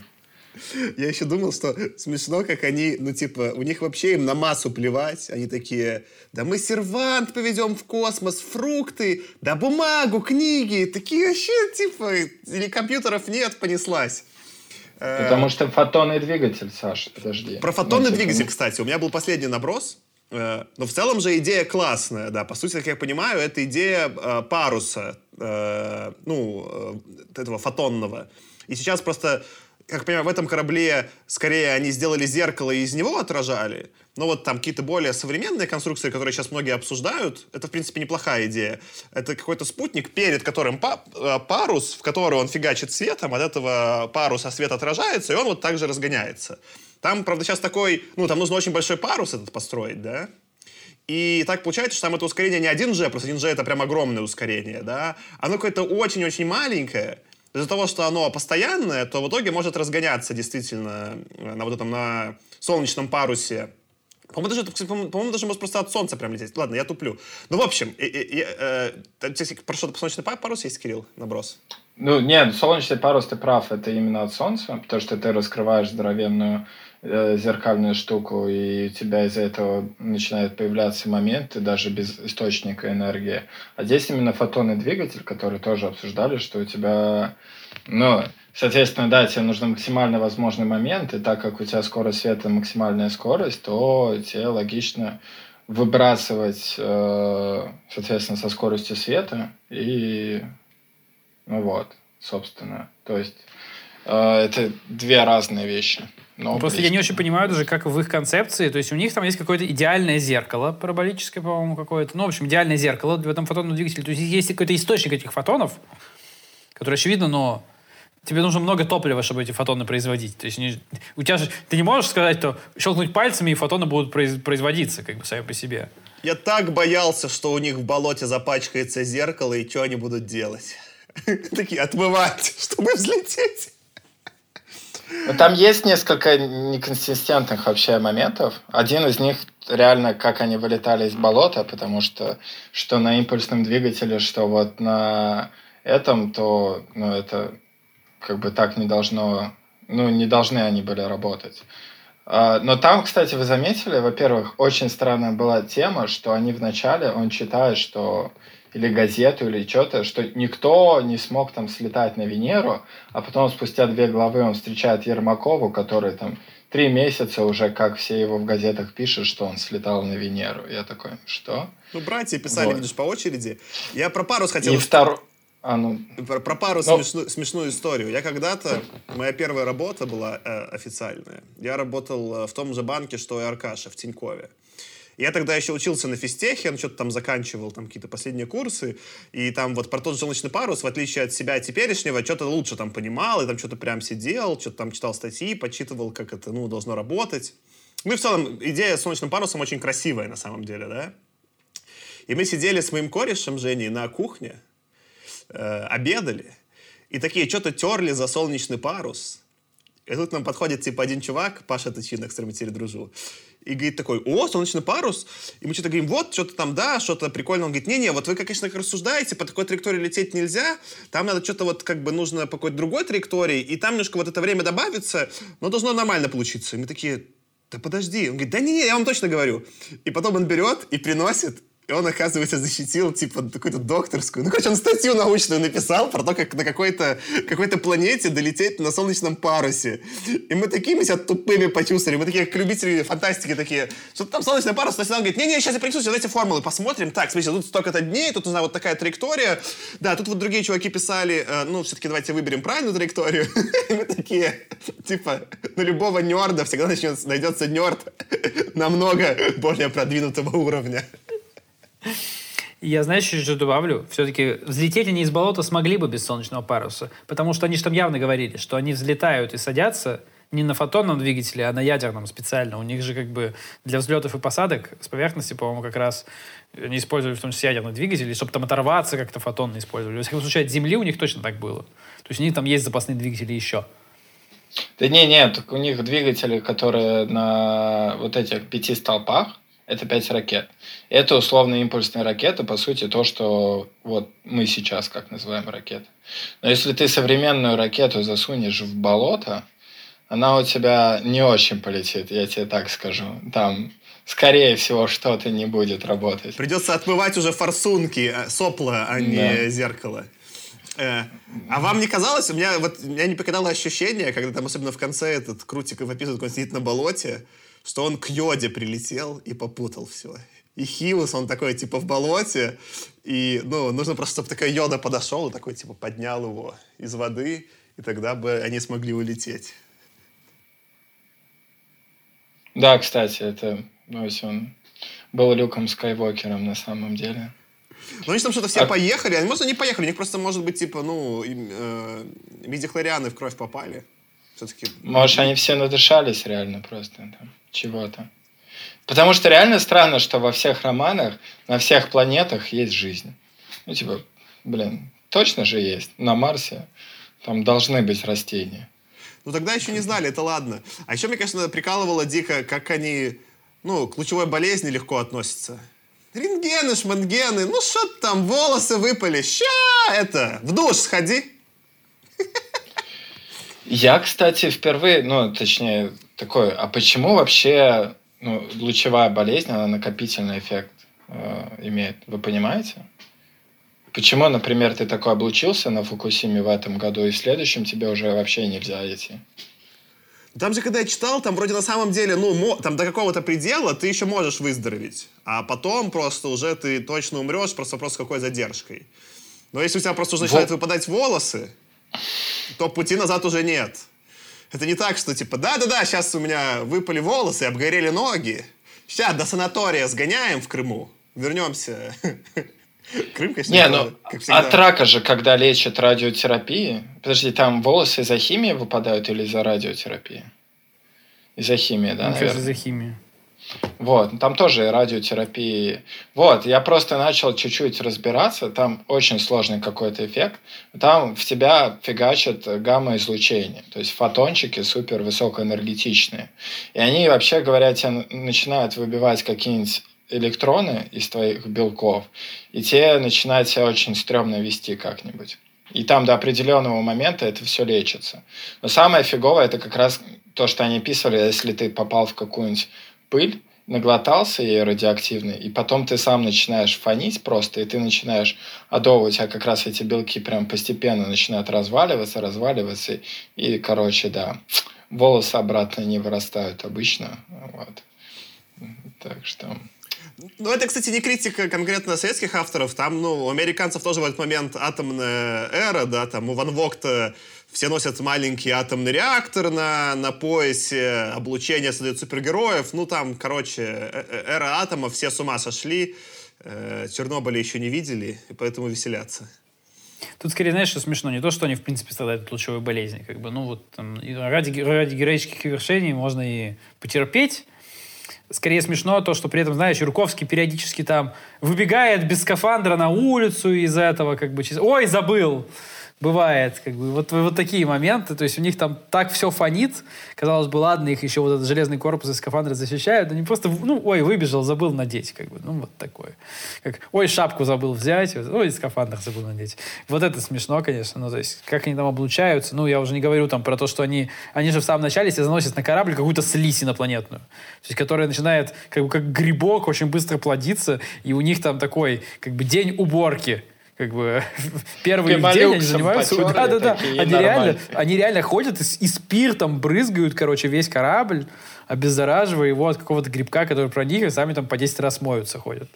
Я еще думал, что смешно, как они, ну, типа, у них вообще им на массу плевать. Они такие, да мы сервант повезем в космос, фрукты, да бумагу, книги. Такие вообще, типа, или компьютеров нет, понеслась. Потому что фотонный двигатель, Саша, подожди. Про фотонный ну, двигатель, ну... кстати, у меня был последний наброс. Но в целом же идея классная, да. По сути, как я понимаю, это идея э, паруса, э, ну, э, этого фотонного. И сейчас просто... Как я понимаю, в этом корабле скорее они сделали зеркало и из него отражали. Но вот там какие-то более современные конструкции, которые сейчас многие обсуждают, это, в принципе, неплохая идея. Это какой-то спутник, перед которым парус, в который он фигачит светом, от этого паруса свет отражается, и он вот так же разгоняется. Там, правда, сейчас такой... Ну, там нужно очень большой парус этот построить, да? И так получается, что там это ускорение не один джи, просто один джи — это прям огромное ускорение, да? Оно какое-то очень-очень маленькое. Из-за того, что оно постоянное, то в итоге может разгоняться действительно на вот этом, на солнечном парусе. По-моему, даже, по-моему, даже может просто от солнца прям лететь. Ладно, я туплю. Ну, в общем, и, и, и, э, про что-то солнечный парус есть, Кирилл, наброс? Ну, нет, солнечный парус, ты прав, это именно от солнца, потому что ты раскрываешь здоровенную э, зеркальную штуку, и у тебя из-за этого начинают появляться моменты даже без источника энергии. А здесь именно фотонный двигатель, который тоже обсуждали, что у тебя, ну, соответственно, да, тебе нужен максимально возможный момент, и так как у тебя скорость света максимальная скорость, то тебе логично выбрасывать, э, соответственно, со скоростью света и... Ну вот, собственно. То есть э, это две разные вещи. Но просто я не очень понимаю даже, как в их концепции. То есть у них там есть какое-то идеальное зеркало, параболическое, по-моему, какое-то. Ну, в общем, идеальное зеркало в этом фотонном двигателе. То есть есть какой-то источник этих фотонов, который очевидно, но тебе нужно много топлива, чтобы эти фотоны производить. То есть не, у тебя же, ты не можешь сказать, что щелкнуть пальцами, и фотоны будут произ, производиться как бы сами по себе. Я так боялся, что у них в болоте запачкается зеркало, и что они будут делать? Такие, отмывать, чтобы взлететь. Но там есть несколько неконсистентных вообще моментов. Один из них реально, как они вылетали из болота, потому что что на импульсном двигателе, что вот на этом, то ну, это как бы так не должно, ну, не должны они были работать. Но там, кстати, вы заметили, во-первых, очень странная была тема, что они вначале, он читает, что или газету, или что-то, что никто не смог там слетать на Венеру, а потом спустя две главы он встречает Ермакову, который там три месяца уже, как все его в газетах пишут, что он слетал на Венеру. Я такой, что? Ну, братья писали, вот. Видишь, по очереди. Я про парус хотел... И второй... А, ну... Про, про пару Но... смешную, смешную историю. Я когда-то... Моя первая работа была э, официальная. Я работал в том же банке, что и Аркаша, в Тинькове. Я тогда еще учился на физтехе, он что-то там заканчивал, там какие-то последние курсы, и там вот про тот же солнечный парус, в отличие от себя теперешнего, что-то лучше там понимал, и там что-то прям сидел, что-то там читал статьи, почитывал, как это, ну, должно работать. Ну и в целом, идея с солнечным парусом очень красивая на самом деле, да? И мы сидели с моим корешем Женей на кухне, э, обедали, и такие что-то терли за солнечный парус. И тут к нам подходит, типа, один чувак, Паша Тычинок, с которым я теперь дружу, и говорит такой, о, солнечный парус. И мы что-то говорим, вот, что-то там, да, что-то прикольно. Он говорит, не-не, вот вы, конечно, как рассуждаете, по такой траектории лететь нельзя, там надо что-то вот как бы нужно по какой-то другой траектории, и там немножко вот это время добавится, но должно нормально получиться. И мы такие, да подожди. Он говорит, да не-не, я вам точно говорю. И потом он берет и приносит, и он, оказывается, защитил, типа, какую-то докторскую. Ну, короче, он статью научную написал про то, как на какой-то, какой-то планете долететь на солнечном парусе. И мы такими себя тупыми почувствовали. Мы такие, как любители фантастики, такие, что там солнечный парус. То есть он говорит, не-не, сейчас я принесу, давайте формулы посмотрим. Так, смотрите, тут столько-то дней, тут нужна вот такая траектория. Да, тут вот другие чуваки писали, э, ну, все-таки давайте выберем правильную траекторию. И мы такие, типа, на любого нерда всегда начнется, найдется нерд намного более продвинутого уровня. Я, знаешь, что добавлю? Все-таки взлететь они из болота смогли бы без солнечного паруса, потому что они же там явно говорили, что они взлетают и садятся не на фотонном двигателе, а на ядерном специально. У них же как бы для взлетов и посадок с поверхности, по-моему, как раз они использовали в том числе ядерный двигатель, чтобы там оторваться как-то фотонно использовали. Во всяком случае, от Земли у них точно так было. То есть у них там есть запасные двигатели еще. Да не, нет, у них двигатели, которые на вот этих пяти столпах, это пять ракет. Это условно импульсные ракеты, по сути, то, что вот мы сейчас как называем ракеты. Но если ты современную ракету засунешь в болото, она у тебя не очень полетит, я тебе так скажу. Там, скорее всего, что-то не будет работать. Придется отмывать уже форсунки, сопла, а не да. зеркало. Э, а вам не казалось, у меня, вот, у меня не покидало ощущение, когда там, особенно в конце, этот Крутиков описывает, как он сидит на болоте, что он к Йоде прилетел и попутал все. И Хиус, он такой, типа, в болоте, и, ну, нужно просто, чтобы такой Йода подошел и такой, типа, поднял его из воды, и тогда бы они смогли улететь. Да, кстати, это, ну, если он был Люком Скайуокером на самом деле. Ну, они там что-то все а... поехали, они, может, не поехали, у них просто, может быть, типа, ну, им, э, мидихлорианы в кровь попали. Все-таки... Может, они все надышались реально просто там, чего-то. Потому что реально странно, что во всех романах, на всех планетах есть жизнь. Ну, типа, блин, точно же есть. На Марсе там должны быть растения. Ну, тогда еще не знали, это ладно. А еще, мне, конечно, прикалывало дико, как они, ну, к лучевой болезни легко относятся. Рентгены, шмангены, ну, что там, волосы выпали. Ща, это, в душ сходи. Я, кстати, впервые, ну, точнее, такой, а почему вообще ну, лучевая болезнь, она накопительный эффект э, имеет? Вы понимаете? Почему, например, ты такой облучился на Фукусиме в этом году, и в следующем тебе уже вообще нельзя идти? Там же, когда я читал, там вроде на самом деле, ну, мо- там до какого-то предела ты еще можешь выздороветь. А потом просто уже ты точно умрешь, просто вопрос с какой задержкой. Но если у тебя просто уже начинают Во... выпадать волосы, то пути назад уже нет. Это не так, что типа, да-да-да, сейчас у меня выпали волосы, обгорели ноги. Сейчас до санатория сгоняем в Крыму, вернемся Крым, конечно, Не, было, ну как всегда. от рака же, когда лечат радиотерапией... Подожди, там волосы из-за химии выпадают или из-за радиотерапии? Из-за химии, да, Мне кажется, наверное? из-за химии. Вот, ну, там тоже радиотерапии. Вот, я просто начал чуть-чуть разбираться, там очень сложный какой-то эффект. Там в тебя фигачат гамма-излучение, то есть фотончики супер высокоэнергетичные. И они, вообще говоря, тебя начинают выбивать какие-нибудь электроны из твоих белков, и те начинают себя очень стрёмно вести как-нибудь. И там до определенного момента это все лечится. Но самое фиговое, это как раз то, что они писали, если ты попал в какую-нибудь пыль, наглотался ей радиоактивной, и потом ты сам начинаешь фонить просто, и ты начинаешь одовывать, а как раз эти белки прям постепенно начинают разваливаться, разваливаться, и, короче, да, волосы обратно не вырастают обычно, вот. Так что... Ну, это, кстати, не критика конкретно советских авторов. Там, ну, у американцев тоже в этот момент атомная эра, да, там у Ван Вогта все носят маленький атомный реактор на, на поясе, облучение создает супергероев. Ну, там, короче, эра атома, все с ума сошли, э, Чернобыля еще не видели, и поэтому веселятся. Тут скорее, знаешь, что смешно, не то, что они, в принципе, страдают от лучевой болезни, как бы, ну, вот, там, ради, ради героических вершений можно и потерпеть. Скорее смешно то, что при этом, знаешь, Юрковский периодически там выбегает без скафандра на улицу из-за этого, как бы, ой, забыл. Бывает, как бы, вот, вот такие моменты, то есть у них там так все фонит, казалось бы, ладно, их еще вот этот железный корпус и скафандры защищают, они просто, ну, ой, выбежал, забыл надеть, как бы, ну, вот такое. Как, ой, шапку забыл взять, ой, скафандр забыл надеть. Вот это смешно, конечно, ну, то есть, как они там облучаются, ну, я уже не говорю там про то, что они, они же в самом начале себе заносят на корабль какую-то слизь инопланетную, то есть, которая начинает, как бы, как грибок, очень быстро плодиться, и у них там такой, как бы, день уборки, как бы первый день они занимаются. Да, да, да. Они реально, они реально ходят и, и спиртом брызгают, короче, весь корабль, обеззараживая его от какого-то грибка, который проник, и сами там по десять раз моются, ходят.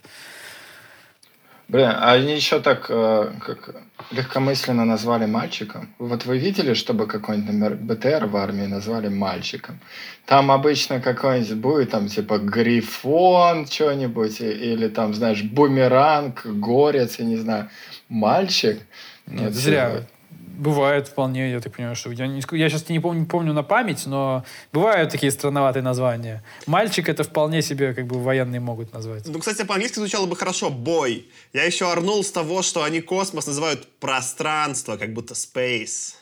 Блин, а они еще так э, как легкомысленно назвали мальчиком. Вот вы видели, чтобы какой-нибудь, например, БТР в армии назвали мальчиком? Там обычно какой-нибудь будет, там, типа, Грифон, что-нибудь, или там, знаешь, Бумеранг, Горец, я не знаю. Мальчик? Нет, зря. Бывает вполне, я так понимаю, что... Я, не, я сейчас не помню, помню на память, но бывают такие странноватые названия. Мальчик — это вполне себе, как бы, военные могут назвать. Ну, кстати, по-английски звучало бы хорошо «бой». Я еще орнул с того, что они космос называют пространство, как будто space.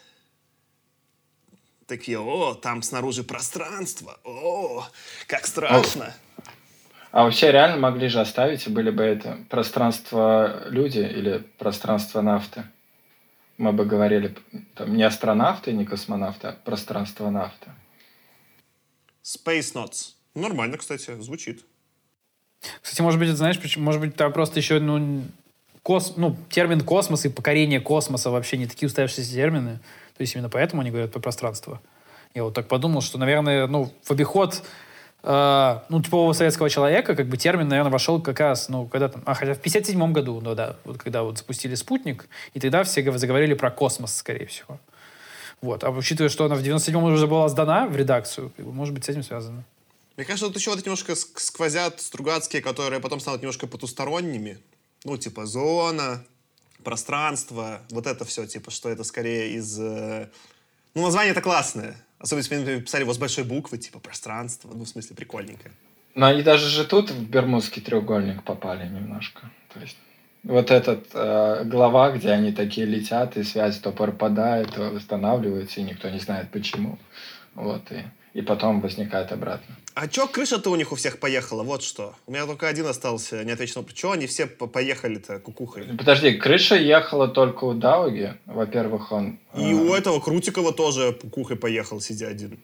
Такие, о, там снаружи пространство, о, как страшно. А вообще реально могли же оставить, и были бы это пространство люди или пространство нафты? Мы бы говорили там, не астронавты, не космонавты, а пространство нафты. Space Notes. Нормально, кстати, звучит. Кстати, может быть, это, знаешь, почему, может быть, там просто еще, ну, кос, ну, термин космос и покорение космоса вообще не такие устоявшиеся термины. То есть именно поэтому они говорят про пространство. Я вот так подумал, что, наверное, ну, в обиход э, ну, типового советского человека как бы термин, наверное, вошел как раз, ну, когда там, а, хотя в пятьдесят седьмом году, ну, да, вот когда вот запустили «Спутник», и тогда все заговорили про космос, скорее всего. Вот. А учитывая, что она в девяносто седьмом уже была сдана в редакцию, как бы, может быть, с этим связано. Мне кажется, тут еще вот немножко сквозят Стругацкие, которые потом станут немножко потусторонними. Ну, типа, зона, пространство, вот это все, типа, что это скорее из... Ну, название-то классное. Особенно, если писали его с большой буквы, типа, пространство. Ну, в смысле, прикольненько. Но они даже же тут в Бермудский треугольник попали немножко. То есть вот этот э, глава, где они такие летят, и связь то пропадает, то восстанавливается, и никто не знает почему. Вот, и, и потом возникает обратно. А чё крыша-то у них у всех поехала? Вот что. У меня только один остался неотвеченный. Чё они все поехали-то кукухой? Подожди, крыша ехала только у Дауги. Во-первых, он... И э... у этого Крутикова тоже кукухой поехал, сидя один.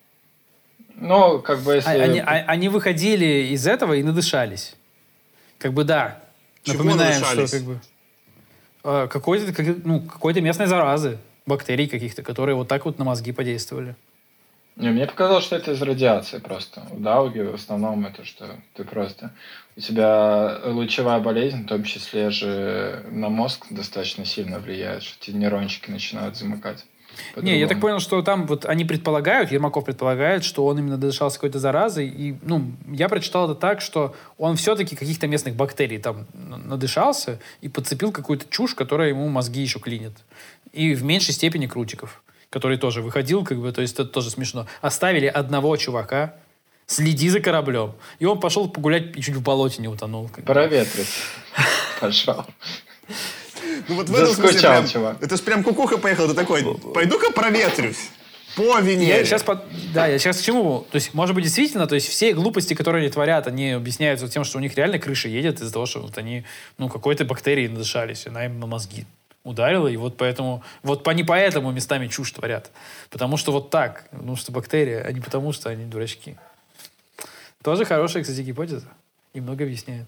Ну, как бы если... А, они, а, они выходили из этого и надышались. Как бы, да. Чего Напоминаем, надышались? что как бы... Э, какой-то, как, ну, какой-то местной заразы. Бактерий каких-то, которые вот так вот на мозги подействовали. Не, мне показалось, что это из радиации просто. У Дауги в основном это, что ты просто... У тебя лучевая болезнь, в том числе же на мозг достаточно сильно влияет, что эти нейрончики начинают замыкать. Не, я так понял, что там вот они предполагают, Ермаков предполагает, что он именно надышался какой-то заразой. И, ну, я прочитал это так, что он все-таки каких-то местных бактерий там надышался и подцепил какую-то чушь, которая ему мозги еще клинит. И в меньшей степени Крутиков, который тоже выходил, как бы, то есть это тоже смешно. Оставили одного чувака, следи за кораблем. И он пошел погулять и чуть в болоте не утонул. Проветрить. Пошел. Ну вот в этом смысле прям, чувак. Это ж прям кукуха поехал, ты такой, пойду-ка проветрюсь по Венере. Я сейчас, под... да, я сейчас к чему? То есть, может быть, действительно, то есть все глупости, которые они творят, они объясняются тем, что у них реально крыша едет из-за того, что вот они, ну, какой-то бактерией надышались, она им на мозги ударила, и вот поэтому, вот они поэтому местами чушь творят. Потому что вот так, ну, что бактерия, а не потому, что они дурачки. Тоже хорошая, кстати, гипотеза. И много объясняет.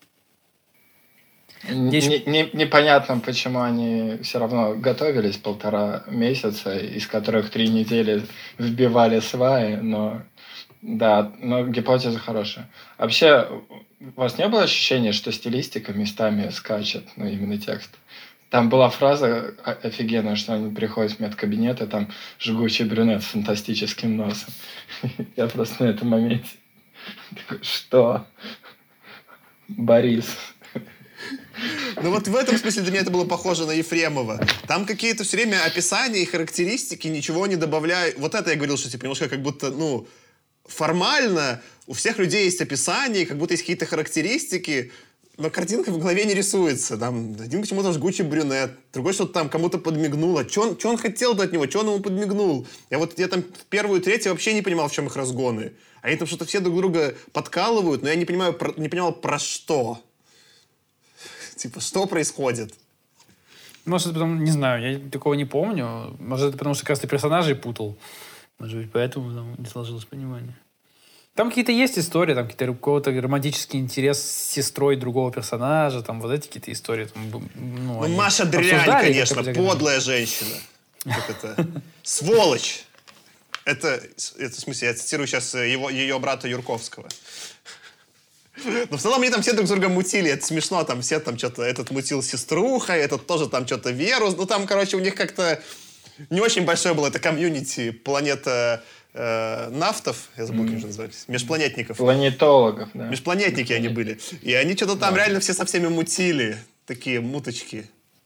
Не, не, непонятно, почему они все равно готовились полтора месяца, из которых три недели вбивали сваи, но да, но гипотеза хорошая. Вообще, у вас не было ощущения, что стилистика местами скачет, ну, именно текст? Там была фраза офигенная, что они приходят в медкабинет, и там жгучий брюнет с фантастическим носом. Я просто на этом моменте такой, что? Борис... Ну вот в этом смысле для меня это было похоже на Ефремова. Там какие-то все время описания и характеристики, ничего не добавляют. Вот это я говорил, что типа немножко как будто, ну, формально у всех людей есть описание, как будто есть какие-то характеристики, но картинка в голове не рисуется. Там один почему-то жгучий брюнет, другой что-то там кому-то подмигнул. А что он, он хотел от него? Что он ему подмигнул? Я вот я там в первую, третью вообще не понимал, в чем их разгоны. Они там что-то все друг друга подкалывают, но я не, понимаю, про, не понимал, про что. Типа, что происходит? Может, это потому, не знаю, я такого не помню. Может, это потому, что как раз ты персонажей путал. Может быть, поэтому там не сложилось понимание. Там какие-то есть истории, там какие-то, у кого-то романтический интерес с сестрой другого персонажа, там вот эти какие-то истории. Там, ну, ну Маша дрянь, конечно, подлая женщина. Как это? Сволочь! Это, это, в смысле, я цитирую сейчас его, ее брата Юрковского. Но в целом они там все друг с другом мутили, это смешно, там все там что-то, этот мутил сеструхой, этот тоже там что-то Веру, ну там, короче, у них как-то не очень большое было это комьюнити, планета э, нафтов, я забыл, как же назывались, межпланетников. Планетологов, да. Межпланетники они были, и они что-то там да. реально все со всеми мутили, такие муточки.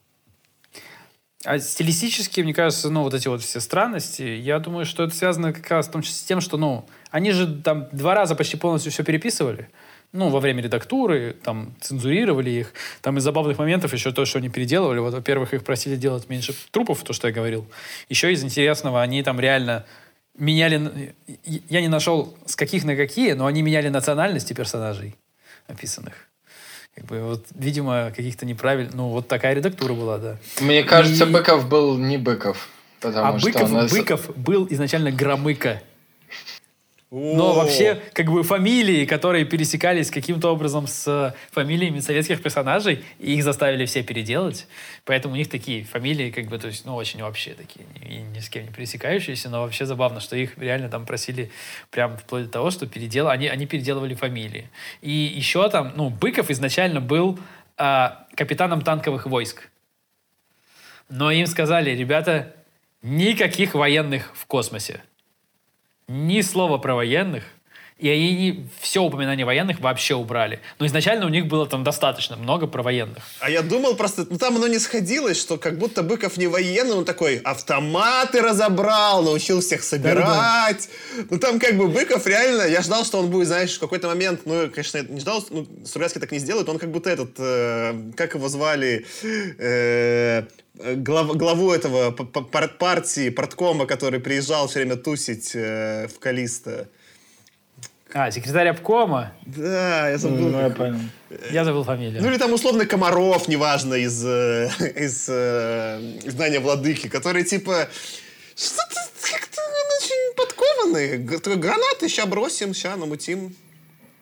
А стилистически, мне кажется, ну, вот эти вот все странности, я думаю, что это связано как раз в том числе с тем, что, ну, они же там два раза почти полностью все переписывали. Ну, во время редактуры, там, цензурировали их. Там из забавных моментов еще то, что они переделывали. Вот, во-первых, их просили делать меньше трупов, то, что я говорил. Еще из интересного, они там реально меняли... Я не нашел, с каких на какие, но они меняли национальности персонажей описанных. Как бы, вот, видимо, каких-то неправильных... Ну, вот такая редактура была, да. Мне кажется, И... Быков был не Быков. А что Быков, нас... Быков был изначально Громыко. Но вообще, как бы, фамилии, которые пересекались каким-то образом с фамилиями советских персонажей, и их заставили все переделать. Поэтому у них такие фамилии, как бы, то есть, ну, очень вообще такие, ни, ни с кем не пересекающиеся, но вообще забавно, что их реально там просили прям вплоть до того, что передел... они, они переделывали фамилии. И еще там, ну, Быков изначально был а, капитаном танковых войск. Но им сказали, ребята, никаких военных в космосе. Ни слова про военных, и они все упоминания военных вообще убрали. Но изначально у них было там достаточно много про военных. А я думал просто, ну там оно не сходилось, что как будто Быков не военный, он такой автоматы разобрал, научил всех собирать. Да-да-да. Ну там как бы Быков реально, я ждал, что он будет, знаешь, в какой-то момент, ну, конечно, не ждал, ну, Стругацкий так не сделает, он как будто этот, э, как его звали, э, Глав, главу этого партии, парткома, который приезжал все время тусить э, в Калисто. А, секретарь обкома? Да, я забыл. Ну, я понял. Я забыл фамилию. Ну или там условно Комаров, неважно, из, э, из э, «Знания владыки», который типа... Что-то как-то он очень подкованный. Гранаты ща бросим, ща намутим.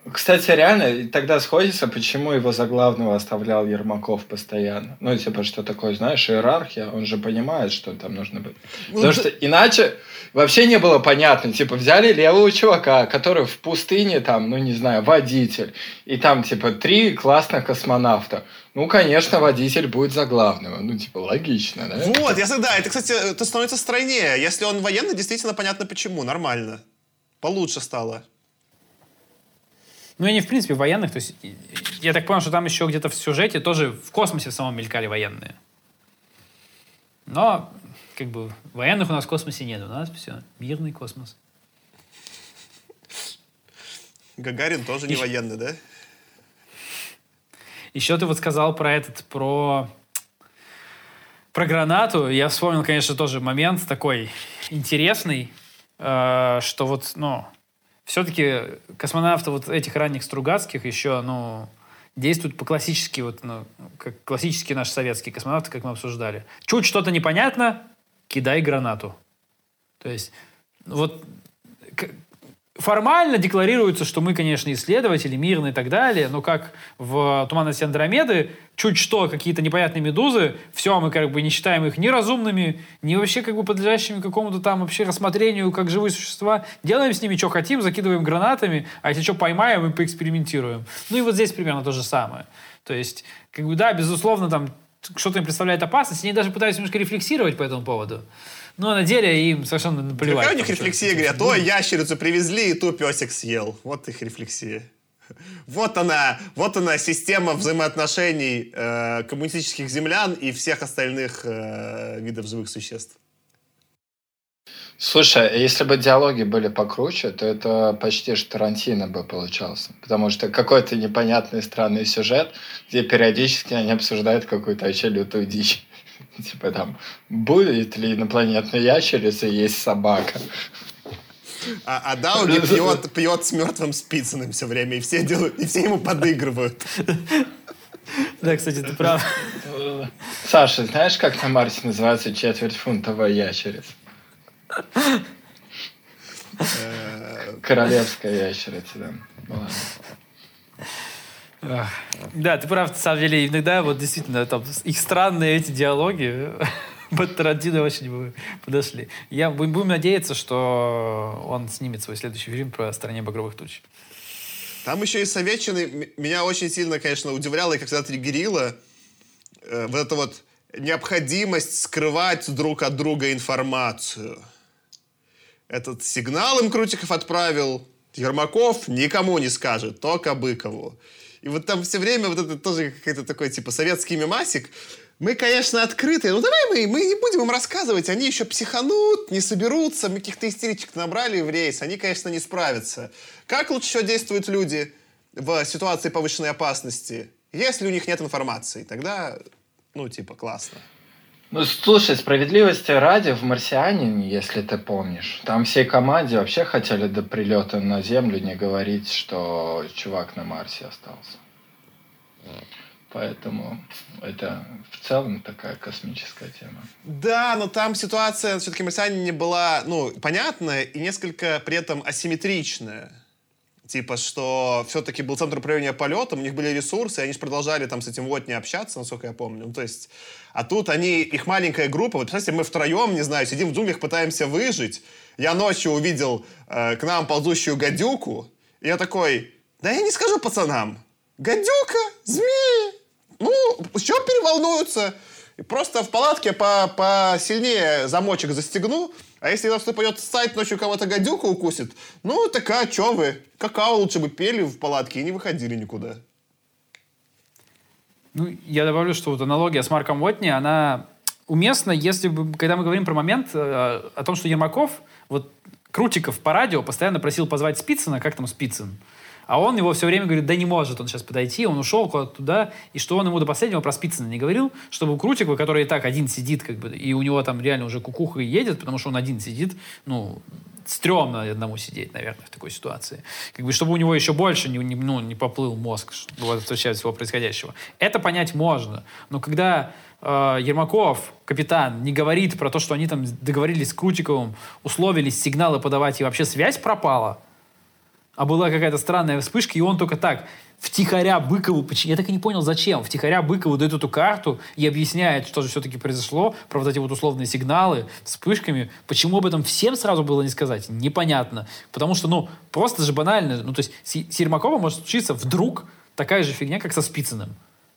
Кстати, реально, тогда сходится, почему его за главного оставлял Ермаков постоянно. Ну, типа, что такое, знаешь, иерархия, он же понимает, что там нужно быть. Ну, Потому да... что иначе вообще не было понятно. Типа, взяли левого чувака, который в пустыне, там, ну, не знаю, водитель, и там, типа, три классных космонавта. Ну, конечно, водитель будет за главного. Ну, типа, логично, да? Вот, если, да, это, кстати, это становится стройнее. Если он военный, действительно понятно почему, нормально. Получше стало. Ну, и не в принципе военных, то есть я так понял, что там еще где-то в сюжете тоже в космосе в самом мелькали военные. Но, как бы, военных у нас в космосе нет, у нас все, мирный космос. Гагарин тоже не Еще... военный, да? Еще ты вот сказал про этот, про... про гранату. Я вспомнил, конечно, тоже момент такой интересный, э, что вот, ну... Все-таки космонавты вот этих ранних Стругацких еще, ну, действуют по-классически, вот, ну, как классические наши советские космонавты, как мы обсуждали. Чуть что-то непонятно, кидай гранату. То есть, вот, формально декларируется, что мы, конечно, исследователи, мирные и так далее, но как в «Туманности Андромеды», чуть что, какие-то непонятные медузы, все, мы как бы не считаем их ни разумными, ни вообще как бы подлежащими какому-то там вообще рассмотрению как живые существа. Делаем с ними, что хотим, закидываем гранатами, а если что, поймаем и поэкспериментируем. Ну и вот здесь примерно то же самое. То есть, как бы, да, безусловно, там что-то им представляет опасность, они даже пытаются немножко рефлексировать по этому поводу. Но на деле им совершенно наплевать. Какая у них рефлексия, говорят, о, ящерицу привезли, и ту песик съел. Вот их рефлексия. Вот она, вот она система взаимоотношений э, коммунистических землян и всех остальных э, видов живых существ. Слушай, если бы диалоги были покруче, то это почти что Тарантино бы получался. Потому что какой-то непонятный странный сюжет, где периодически они обсуждают какую-то вообще лютую дичь. Типа там, будет ли инопланетная ящерица есть собака? А, а Дауги пьет, пьет с мертвым Спицыным все время, и все, делают, и все ему подыгрывают. Да, кстати, ты прав. Саша, знаешь, как на Марсе называется четвертьфунтовая ящерица? Королевская ящерица, да. Да, ты прав, на самом деле, иногда вот действительно там их странные эти диалоги под Тарантино очень бы подошли. Я, будем надеяться, что он снимет свой следующий фильм про «О стране багровых туч». Там еще и советчины меня очень сильно, конечно, удивляло и как всегда триггерило э, вот эта вот необходимость скрывать друг от друга информацию. Этот сигнал им Крутиков отправил, Ермаков никому не скажет, только Быкову. И вот там все время вот это тоже какой-то такой, типа, советский мемасик. Мы, конечно, открытые, но давай мы, мы не будем им рассказывать. Они еще психанут, не соберутся. Мы каких-то истеричек набрали в рейс. Они, конечно, не справятся. Как лучше всего действуют люди в ситуации повышенной опасности? Если у них нет информации, тогда, ну, типа, классно. Ну, слушай, справедливости ради, в «Марсианине», если ты помнишь, там всей команде вообще хотели до прилета на Землю не говорить, что чувак на Марсе остался. Поэтому это в целом такая космическая тема. Да, но там ситуация все-таки в «Марсианине» была, ну, понятная и несколько при этом асимметричная. Типа, что все-таки был центр управления полетом, у них были ресурсы, и они же продолжали там с этим Уотни общаться, насколько я помню. Ну, то есть, а тут они, их маленькая группа, вот, представьте, мы втроем, не знаю, сидим в джунглях, пытаемся выжить. Я ночью увидел э, к нам ползущую гадюку, и я такой, да я не скажу пацанам, гадюка, змеи, ну, что переволнуются? И просто в палатке по посильнее замочек застегну, а если нас пойдет ссать, ночью кого-то гадюка укусит, ну, так а чё вы? Какао лучше бы пели в палатке и не выходили никуда. Ну, я добавлю, что вот аналогия с Марком Уотни, она уместна, если бы, когда мы говорим про момент э, о том, что Ермаков, вот Крутиков по радио постоянно просил позвать Спицына, как там Спицын, а он его все время говорит, да не может он сейчас подойти, он ушел куда-то туда, и что он ему до последнего про Спицына не говорил, чтобы у Крутикова, который и так один сидит, как бы, и у него там реально уже кукуха едет, потому что он один сидит, ну, стрёмно одному сидеть, наверное, в такой ситуации. Как бы, чтобы у него еще больше не, не, ну, не поплыл мозг вот, от всего происходящего. Это понять можно, но когда э, Ермаков, капитан, не говорит про то, что они там договорились с Крутиковым, условились сигналы подавать, и вообще связь пропала, а была какая-то странная вспышка, и он только так втихаря Быкову, я так и не понял, зачем, втихаря Быкову дает эту карту и объясняет, что же все-таки произошло, про вот эти вот условные сигналы, вспышками. Почему об этом всем сразу было не сказать? Непонятно. Потому что, ну, просто же банально, ну, то есть с, с Ермаковым может случиться вдруг такая же фигня, как со Спицыным.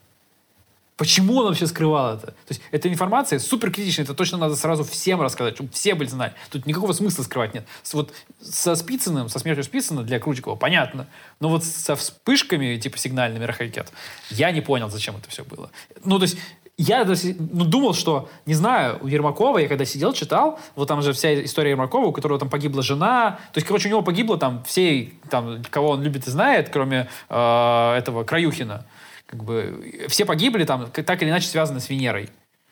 Почему он вообще скрывал это? То есть эта информация супер критичная, это точно надо сразу всем рассказать, чтобы все были знали. Тут никакого смысла скрывать нет. С, вот со Спицыным, со смертью Спицына для Крутикова понятно. Но вот со вспышками, типа сигнальными ракет, я не понял, зачем это все было. Ну, то есть я ну, думал, что, не знаю, у Ермакова, я когда сидел, читал, вот там же вся история Ермакова, у которого там погибла жена, то есть, короче, у него погибло там все, там, кого он любит и знает, кроме э, этого Краюхина. Как бы все погибли там, так или иначе связаны с Венерой.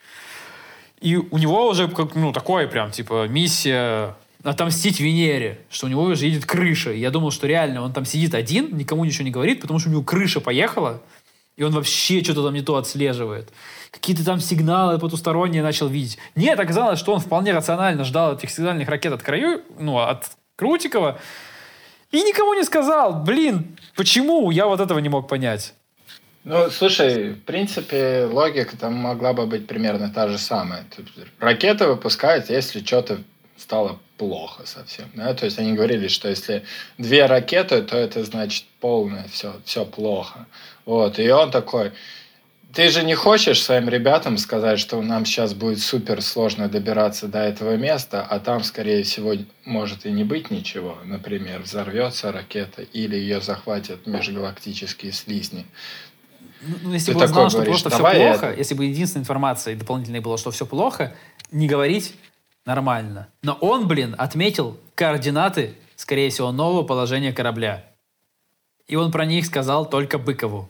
И у него уже как, ну, такое прям, типа, миссия отомстить Венере, что у него уже едет крыша. И я думал, что реально он там сидит один, никому ничего не говорит, потому что у него крыша поехала, и он вообще что-то там не то отслеживает. Какие-то там сигналы потусторонние начал видеть. Нет, оказалось, что он вполне рационально ждал этих сигнальных ракет от Краю, ну, от Крутикова, и никому не сказал. Блин, почему? Я вот этого не мог понять. Ну, слушай, в принципе, логика там могла бы быть примерно та же самая. Ракеты выпускают, если что-то стало плохо совсем. Да? То есть они говорили, что если две ракеты, то это значит полное, все, все плохо. Вот. И он такой, ты же не хочешь своим ребятам сказать, что нам сейчас будет супер сложно добираться до этого места, а там, скорее всего, может и не быть ничего. Например, взорвется ракета или ее захватят межгалактические слизни. Ну, если ты бы он знал, что говоришь, просто все плохо, это... если бы единственная информация дополнительная была, что все плохо, не говорить нормально. Но он, блин, отметил координаты, скорее всего, нового положения корабля. И он про них сказал только Быкову.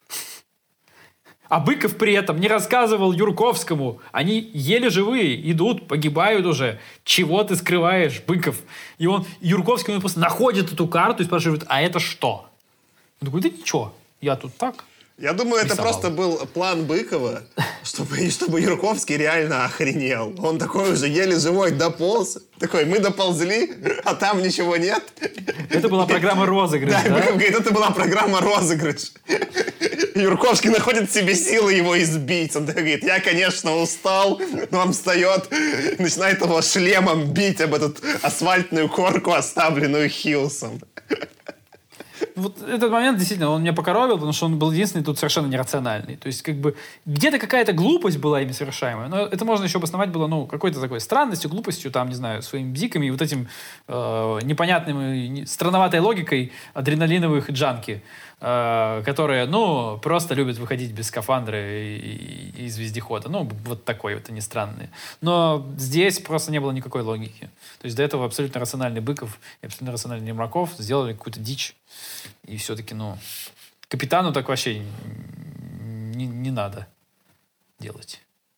А Быков при этом не рассказывал Юрковскому. Они еле живые, идут, погибают уже. Чего ты скрываешь, Быков? И он, Юрковский, он просто находит эту карту и спрашивает, а это что? Он такой, да ничего, я тут так. Я думаю, это рисовал. просто был план Быкова, чтобы, чтобы Юрковский реально охренел. Он такой уже еле живой дополз. Такой, мы доползли, а там ничего нет. Это была программа розыгрыш, да? Да, Быков говорит, это была программа розыгрыш. Юрковский находит в себе силы его избить. Он говорит, я, конечно, устал, но он встает, начинает его шлемом бить об эту асфальтную корку, оставленную Хиллсом. Вот этот момент действительно, он меня покоробил, потому что он был единственный тут совершенно нерациональный. То есть, как бы, где-то какая-то глупость была ими совершаемая, но это можно еще обосновать было, ну, какой-то такой странностью, глупостью, там, не знаю, своими бзиками и вот этим э, непонятным, странноватой логикой адреналиновых джанки, э, которые, ну, просто любят выходить без скафандра и, и, из вездехода. Ну, вот такой вот, они странные. Но здесь просто не было никакой логики. То есть до этого абсолютно рациональный Быков и абсолютно рациональный Ермаков сделали какую-то дичь. И все-таки, ну, капитану так вообще не, не надо делать.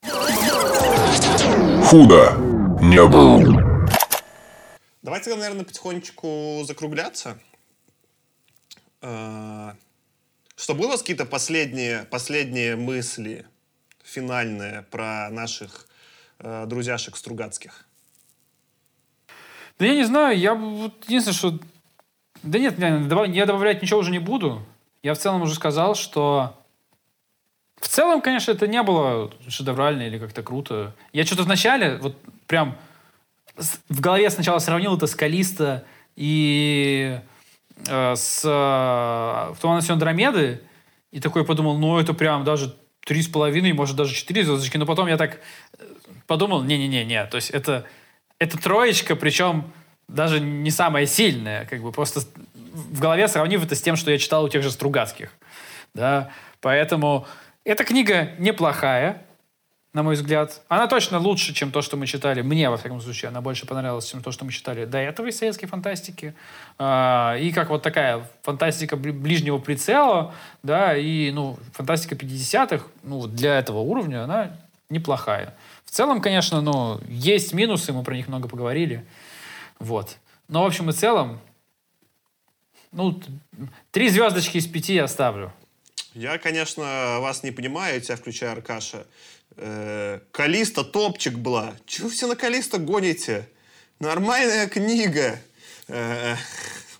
Худо не было. Давайте, наверное, потихонечку закругляться. Что, были у вас какие-то последние, последние мысли, финальные, про наших э, друзьяшек Стругацких? Да я не знаю, я вот единственное, что... Да нет, я добавлять ничего уже не буду. Я в целом уже сказал, что... В целом, конечно, это не было шедеврально или как-то круто. Я что-то вначале, вот прям в голове сначала сравнил это с Каллисто и э, с э, «Туманностью Андромеды», и такой подумал, ну, это прям даже три с половиной, может, даже четыре звездочки. Но потом я так подумал, не-не-не-не, то есть это, это троечка, причем даже не самая сильная, как бы просто в голове сравнив это с тем, что я читал у тех же Стругацких. Да? Поэтому эта книга неплохая, на мой взгляд. Она точно лучше, чем то, что мы читали. Мне, во всяком случае, она больше понравилась, чем то, что мы читали до этого из советской фантастики. И как вот такая фантастика ближнего прицела, да, и, ну, фантастика пятидесятых, ну, для этого уровня она неплохая. В целом, конечно, ну, есть минусы, мы про них много поговорили. Вот. Но, в общем и целом, ну, три звездочки из пяти я ставлю. Я, конечно, вас не понимаю, тебя включая Аркаша. Э, Каллисто топчик была. Чего вы все на Каллисто гоните? Нормальная книга. Э,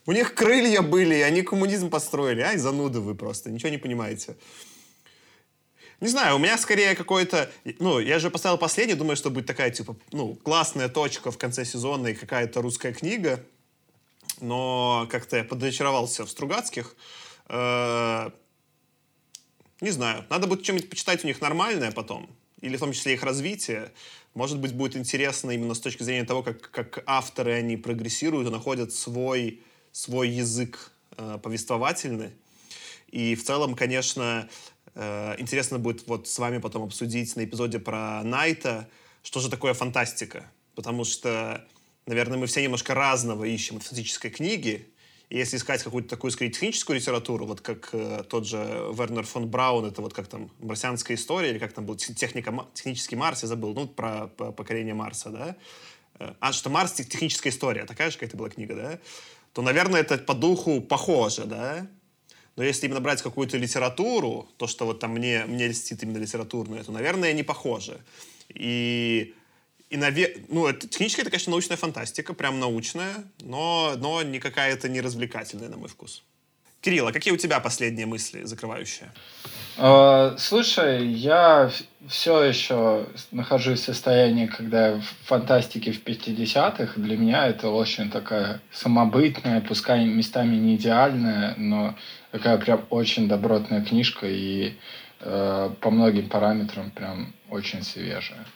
У них крылья были, и они коммунизм построили. Ай, зануды вы просто, ничего не понимаете. Не знаю, у меня скорее какой-то... Ну, я же поставил последний, думаю, что будет такая, типа, ну, классная точка в конце сезона и какая-то русская книга. Но как-то я подочаровался в Стругацких. Э-э- не знаю, надо будет что-нибудь почитать у них нормальное потом. Или в том числе их развитие. Может быть, будет интересно именно с точки зрения того, как, как авторы, они прогрессируют и находят свой, свой язык э, повествовательный. И в целом, конечно, э, интересно будет вот с вами потом обсудить на эпизоде про Найта, что же такое фантастика. Потому что, наверное, мы все немножко разного ищем в фантастической книге. И если искать какую-то такую, скорее, техническую литературу, вот как э, тот же Вернер фон Браун, это вот как там «Марсианская история», или как там был техника, «Технический Марс», я забыл, ну, про, про покорение Марса, да? А, что «Марс» — техническая история, такая же какая-то была книга, да? То, наверное, это по духу похоже, да? Но если именно брать какую-то литературу, то, что вот там мне, мне льстит именно литературное, то, наверное, не похоже. И... И, наве... ну, это, технически это, конечно, научная фантастика, прям научная, но, но не какая-то не развлекательная, на мой вкус. Кирилл, а какие у тебя последние мысли, закрывающие? Э, Слушай, я все еще нахожусь в состоянии, когда я в фантастике в пятидесятых. Для меня это очень такая самобытная, пускай местами не идеальная, но такая прям очень добротная книжка и э, по многим параметрам прям очень свежая.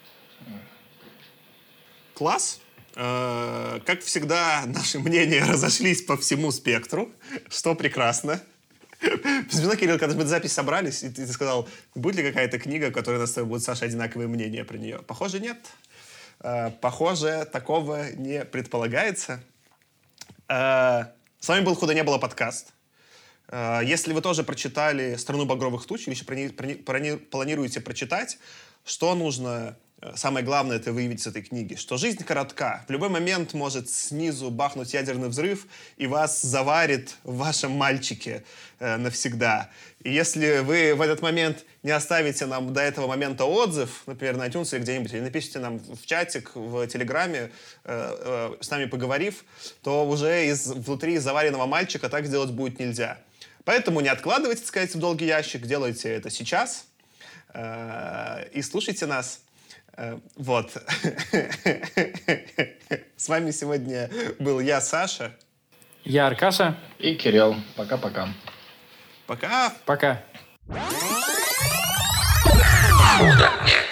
Класс. Э-э, как всегда, наши мнения разошлись по всему спектру, что прекрасно. Вспоминай, Кирилл, когда мы эту запись собрались, и ты сказал, будет ли какая-то книга, в которой у нас с тобой будут, Саша, одинаковые мнения про нее? Похоже, нет. Э-э, похоже, такого не предполагается. Э-э, с вами был «Худо не было» подкаст. Э-э, если вы тоже прочитали «Страну багровых туч» или еще прони- прони- прони- планируете прочитать, что нужно... Самое главное это выявить с этой книги, что жизнь коротка. В любой момент может снизу бахнуть ядерный взрыв и вас заварит в вашем мальчике э, навсегда. И если вы в этот момент не оставите нам до этого момента отзыв, например, на iTunes или где-нибудь, или напишите нам в чатик, в Телеграме, э, э, с нами поговорив, то уже из, внутри заваренного мальчика так сделать будет нельзя. Поэтому не откладывайте, так сказать, в долгий ящик, делайте это сейчас э, и слушайте нас. Вот. С вами сегодня был я, Саша. Я Аркаша. И Кирилл. Пока-пока. Пока. Пока. Худо не